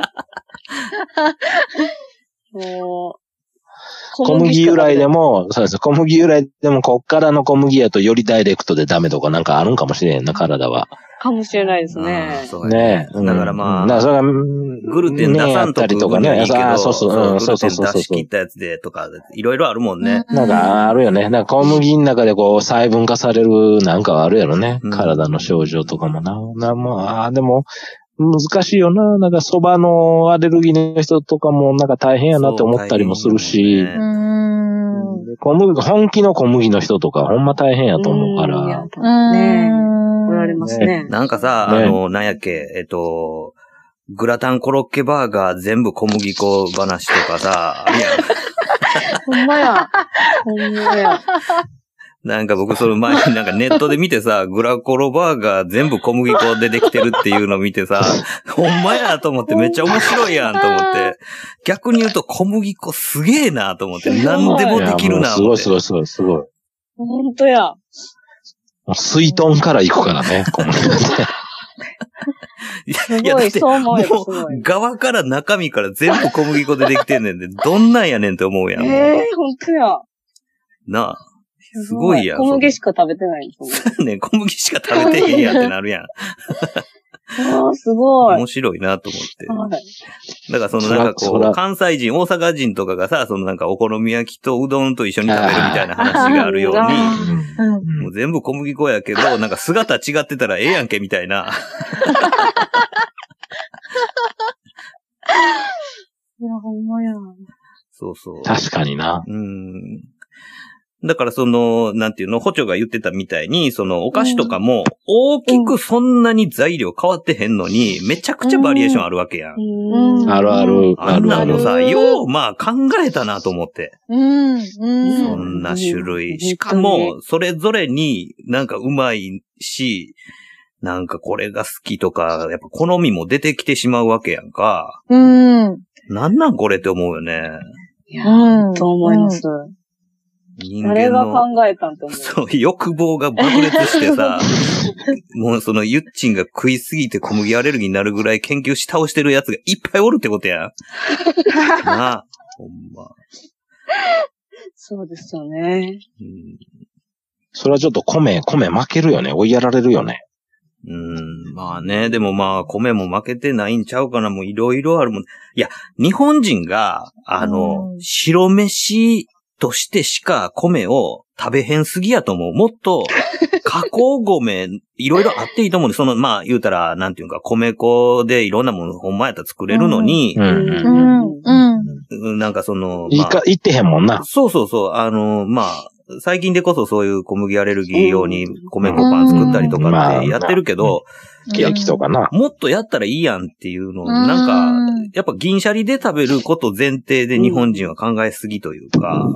もう、小麦由来でも、そうです。小麦由来でも、こっからの小麦やとよりダイレクトでダメとかなんかあるんかもしれんな、体は。 かもしれないですね。 そうね。だからまあ、 うん、だからそれがグルテン出さんととかね。 あ、 そうそう、 うん、そうそうそう。グルテン出し切ったやつでとか、いろいろあるもんね。 なんかあるよね。なんか小麦の中でこう細分化されるなんかあるやろね。うん、体の症状とかもな。なもうああ、でも、 難しいよな。なんか蕎麦のアレルギーの人とかもなんか大変やなって思ったりもするし、ね、小麦、本気の小麦の人とかほんま大変やと思うから。 ねえ。おられますね。 なんかさ、ね、あの、なんやっけ、えっと、グラタンコロッケバーガー全部小麦粉話とかさ、あるやん。 ほんまや。ほんまや。 なんか僕その前になんかネットで見てさ、グラコロバーガー全部小麦粉でできてるっていうのを見てさ、ほんまやと思ってめっちゃ面白いやんと思って、逆に言うと小麦粉すげえなと思って、何でもできるな思って。 すごいすごいすごいすごい。 ほんとや。 水豚から行くからね、小麦粉って。 いや、だって、もう、側から中身から全部小麦粉でできてんねんで、どんなんやねんって思うやん。 ええー、ほんとや。 なあ。すごいやん。 小麦しか食べてないんですよね。小麦しか食べてへんやんってなるやん。 ああ、すごい。 面白いなと思って。はい。だからそのなんかこう、関西人、大阪人とかがさ、そのなんかお好み焼きとうどんと一緒に食べるみたいな話があるように、もう全部小麦粉やけど、なんか姿違ってたらええやんけみたいな。 いや、ほんまや。 そうそう。 確かにな。 うん。だからその、なんていうの、補助が言ってたみたいに、そのお菓子とかも、大きくそんなに材料変わってへんのに、めちゃくちゃバリエーションあるわけやん。 うん、あるある。 あんなのさ、よう、まあ考えたなと思って。うん。そんな種類。しかも、それぞれになんかうまいし、なんかこれが好きとか、やっぱ好みも出てきてしまうわけやんか。うん。なんなんこれって思うよね。 いやー、と思います。人間の。誰が考えたんと思う。 そう、欲望が爆裂してさ、もうそのユッチンが食いすぎて小麦アレルギーになるぐらい研究し倒してるやつがいっぱいおるってことや。なあ、ほんま。 そうですよね。うん、 それはちょっと米、米負けるよね。追いやられるよね。 うん、まあね、でもまあ、米も負けてないんちゃうかな、もういろいろあるもん。いや、日本人が、あの、うん、白飯としてしか米を食べへんすぎやと思う。もっと、加工米、いろいろあっていいと思うんで、その、まあ、言うたら、なんていうか、米粉でいろんなものほんまやったら作れるのに、うんうん、なんかその、 まあ、いか、言ってへんもんな。 そうそうそう、あの、まあ、最近でこそそういう小麦アレルギー用に米粉パン作ったりとかってやってるけど、 ケーキとかな。 もっとやったらいいやんっていうのを、なんか、やっぱ銀シャリで食べること前提で日本人は考えすぎというか、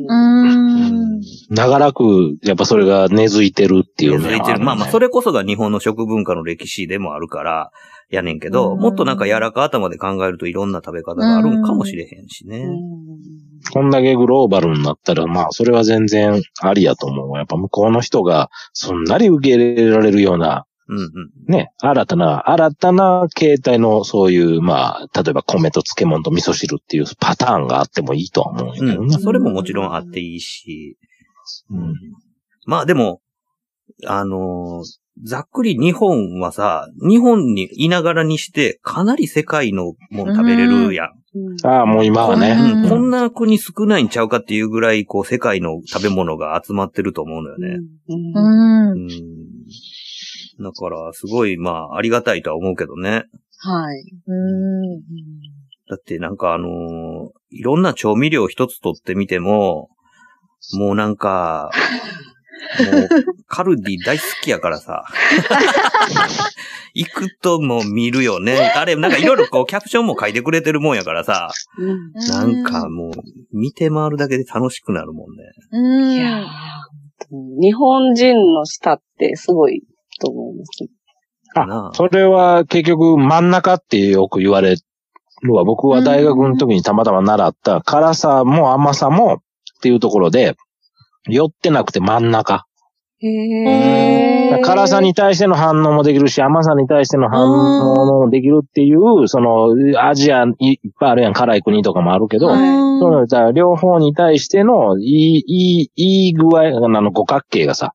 長らく、やっぱそれが根付いてるっていう、 ね。根付いてる。まあまあ、それこそが日本の食文化の歴史でもあるから、やねんけど、もっとなんか柔らか頭で考えるといろんな食べ方があるんかもしれへんしね。 こんだけグローバルになったら、まあ、それは全然ありやと思う。やっぱ向こうの人がすんなり受け入れられるような、うんうん、ね、新たな、新たな形態のそういう、まあ、例えば米と漬物と味噌汁っていうパターンがあってもいいとは思うよね。 うん、それももちろんあっていいし。うん、まあでも、あのー、ざっくり日本はさ、日本にいながらにしてかなり世界のもの食べれるやん。 ああ、もう今はね、 うん。こんな国少ないんちゃうかっていうぐらい、こう、世界の食べ物が集まってると思うのよね。うんうん、だから、すごい、まあ、ありがたいとは思うけどね。 はい。うんだってなんかあのー、いろんな調味料一つ取ってみても、もうなんか、もう、カルディ大好きやからさ。行くともう見るよね。あれ、なんかいろいろこうキャプションも書いてくれてるもんやからさ。うん、なんかもう、見て回るだけで楽しくなるもんね。 うん、いやー、日本人の舌ってすごいと思います。 あ、それは結局真ん中ってよく言われるわ。僕は大学の時にたまたま習った辛さも甘さもっていうところで、寄ってなくて真ん中。へー。辛さに対しての反応もできるし、甘さに対しての反応もできるっていう、その、アジアいっぱいあるやん、辛い国とかもあるけど、その両方に対してのいい、いい、いい具合、あの、五角形がさ、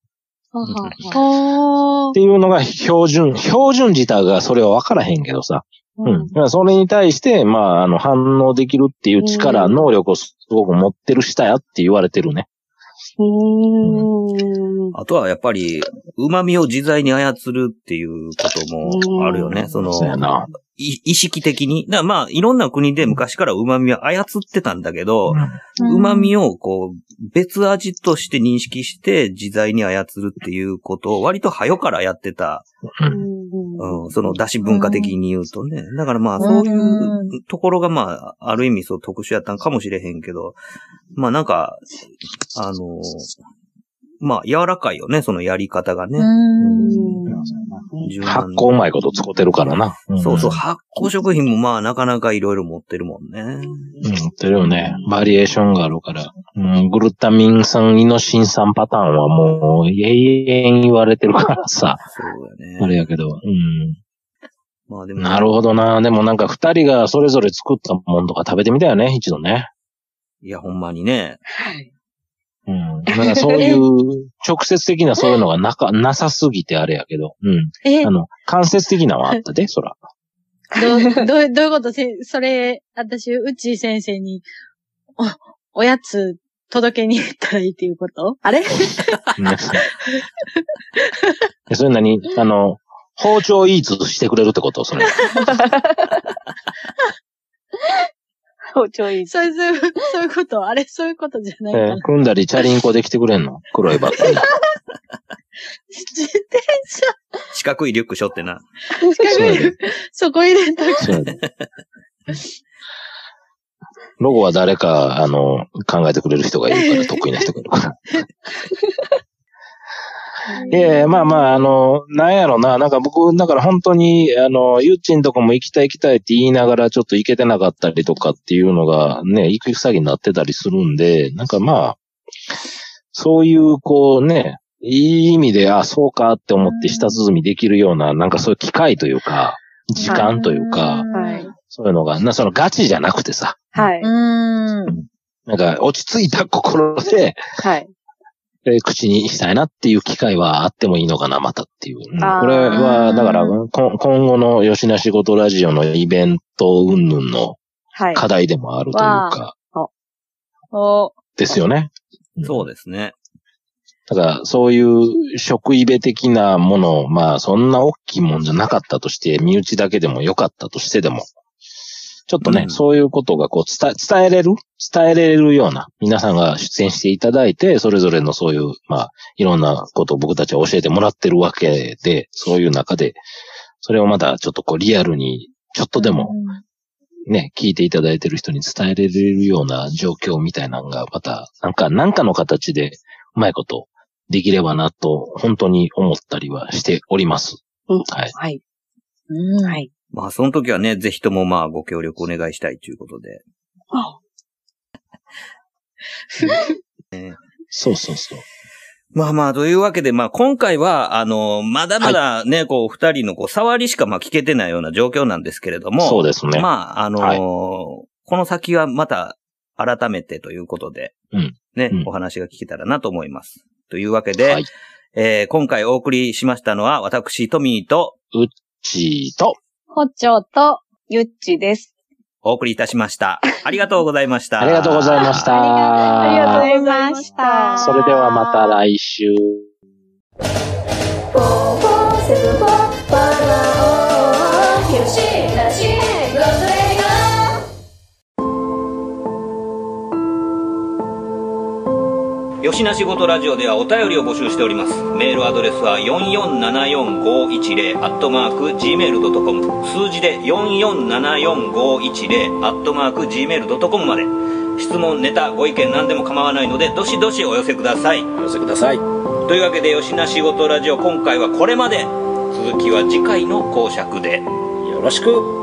っていうのが標準、標準自体がそれは分からへんけどさ、うん。それに対して、まあ、あの、反応できるっていう力、能力をすごく持ってる舌やって言われてるね。 うーん。 あとはやっぱり、旨味を自在に操るっていうこともあるよね。その、 そうやな。 意識的に。だからまあ、いろんな国で昔から旨味は操ってたんだけど、旨味をこう、別味として認識して自在に操るっていうことを割と早からやってた。うん、その出汁文化的に言うとね。だからまあ、そういうところがまあ、ある意味そう特殊やったんかもしれへんけど、まあなんか、あの、まあ、柔らかいよね、そのやり方がね。 発酵うまいこと使ってるからな。 うん、そうそう、発酵食品もまあ、なかなかいろいろ持ってるもんね。うん、 持ってるよね。バリエーションがあるから。うん、グルタミン酸、イノシン酸パターンはもう、永遠言われてるからさ。 そうだね。 あれやけど。うん。 まあでも。 なるほどな。でもなんか二人がそれぞれ作ったもんとか食べてみたよね、一度ね。 いや、ほんまにね。 はい。 うん。なんかそういう、直接的なそういうのがなか、なさすぎてあれやけど。うん。えあの、間接的なのはあったで、そら。 どう、どう、どういうことせ、それ、私、うち先生に、お、おやつ届けに行ったらいいっていうことあれそれ何あの、包丁イーツしてくれるってことそれ。 包丁イーツ。 そういう、そういうことあれそういうことじゃないかな。えー、 組んだりチャリンコできてくれんの黒いバッグに。 自転車。 四角いリュック背負ってな。 四角いリュック。そこ入れとく。そうで。 ロゴは誰か、あの、考えてくれる人がいるから、得意な人がいるから。いやいや、まあまあ、あの、なんやろな、なんか僕、だから本当に、あの、ゆっちんとこも行きたい行きたいって言いながらちょっと行けてなかったりとかっていうのがね、行く先になってたりするんで、なんかまあ、そういう、こうね、いい意味で、あ、そうかって思って舌鼓できるような、なんかそういう機会というか、時間というか、はい、そういうのが、な、そのガチじゃなくてさ、 はい。うん。 なんか落ち着いた心で、はい。えー、口にしたいなっていう機会はあってもいいのかな、またっていう。うん、これは、だから、今後の吉な仕事ラジオのイベント云々の課題でもあるというか、はい、ですよね。 そうですね。 だから、そういう食イベ的なもの、まあ、そんな大きいもんじゃなかったとして、身内だけでもよかったとしてでも、ちょっとね、うん、そういうことがこう伝え、伝えれる伝えれるような、皆さんが出演していただいて、それぞれのそういう、まあ、いろんなことを僕たちは教えてもらってるわけで、そういう中で、それをまだちょっとこうリアルに、ちょっとでも、ね、聞いていただいてる人に伝えれるような状況みたいなのが、また、なんか、なんかの形で、うまいことできればなと、本当に思ったりはしております。 うん、はい。はい。うん、はい。 まあ、その時はね、ぜひともまあ、ご協力お願いしたいということで。 ね、そうそうそう。 まあまあ、というわけで、まあ今回は、あの、まだまだね、はい、こう、二人のこう、触りしかまあ聞けてないような状況なんですけれども。 そうですね。 まあ、あのーはい、この先はまた、改めてということで、うん、ね、うん、お話が聞けたらなと思います。というわけで、はい、えー、今回お送りしましたのは、私、トミーと、 うっちーと、 ほっちょうと、 ゆっちです。 お送りいたしました。ありがとうございました。 ありがとうございました。 ありがとうございました。 それではまた来週。 吉な仕事ラジオではお便りを募集しております。メールアドレスはよんよんななよんごいちゼロ アットマーク ジーメールドットコム 数字でよんよんななよんごいちゼロ アットマーク ジーメールドットコム まで質問、ネタ、ご意見何でも構わないのでどしどしお寄せください。 お寄せください。 というわけで吉な仕事ラジオ今回はこれまで。続きは次回の講釈でよろしく。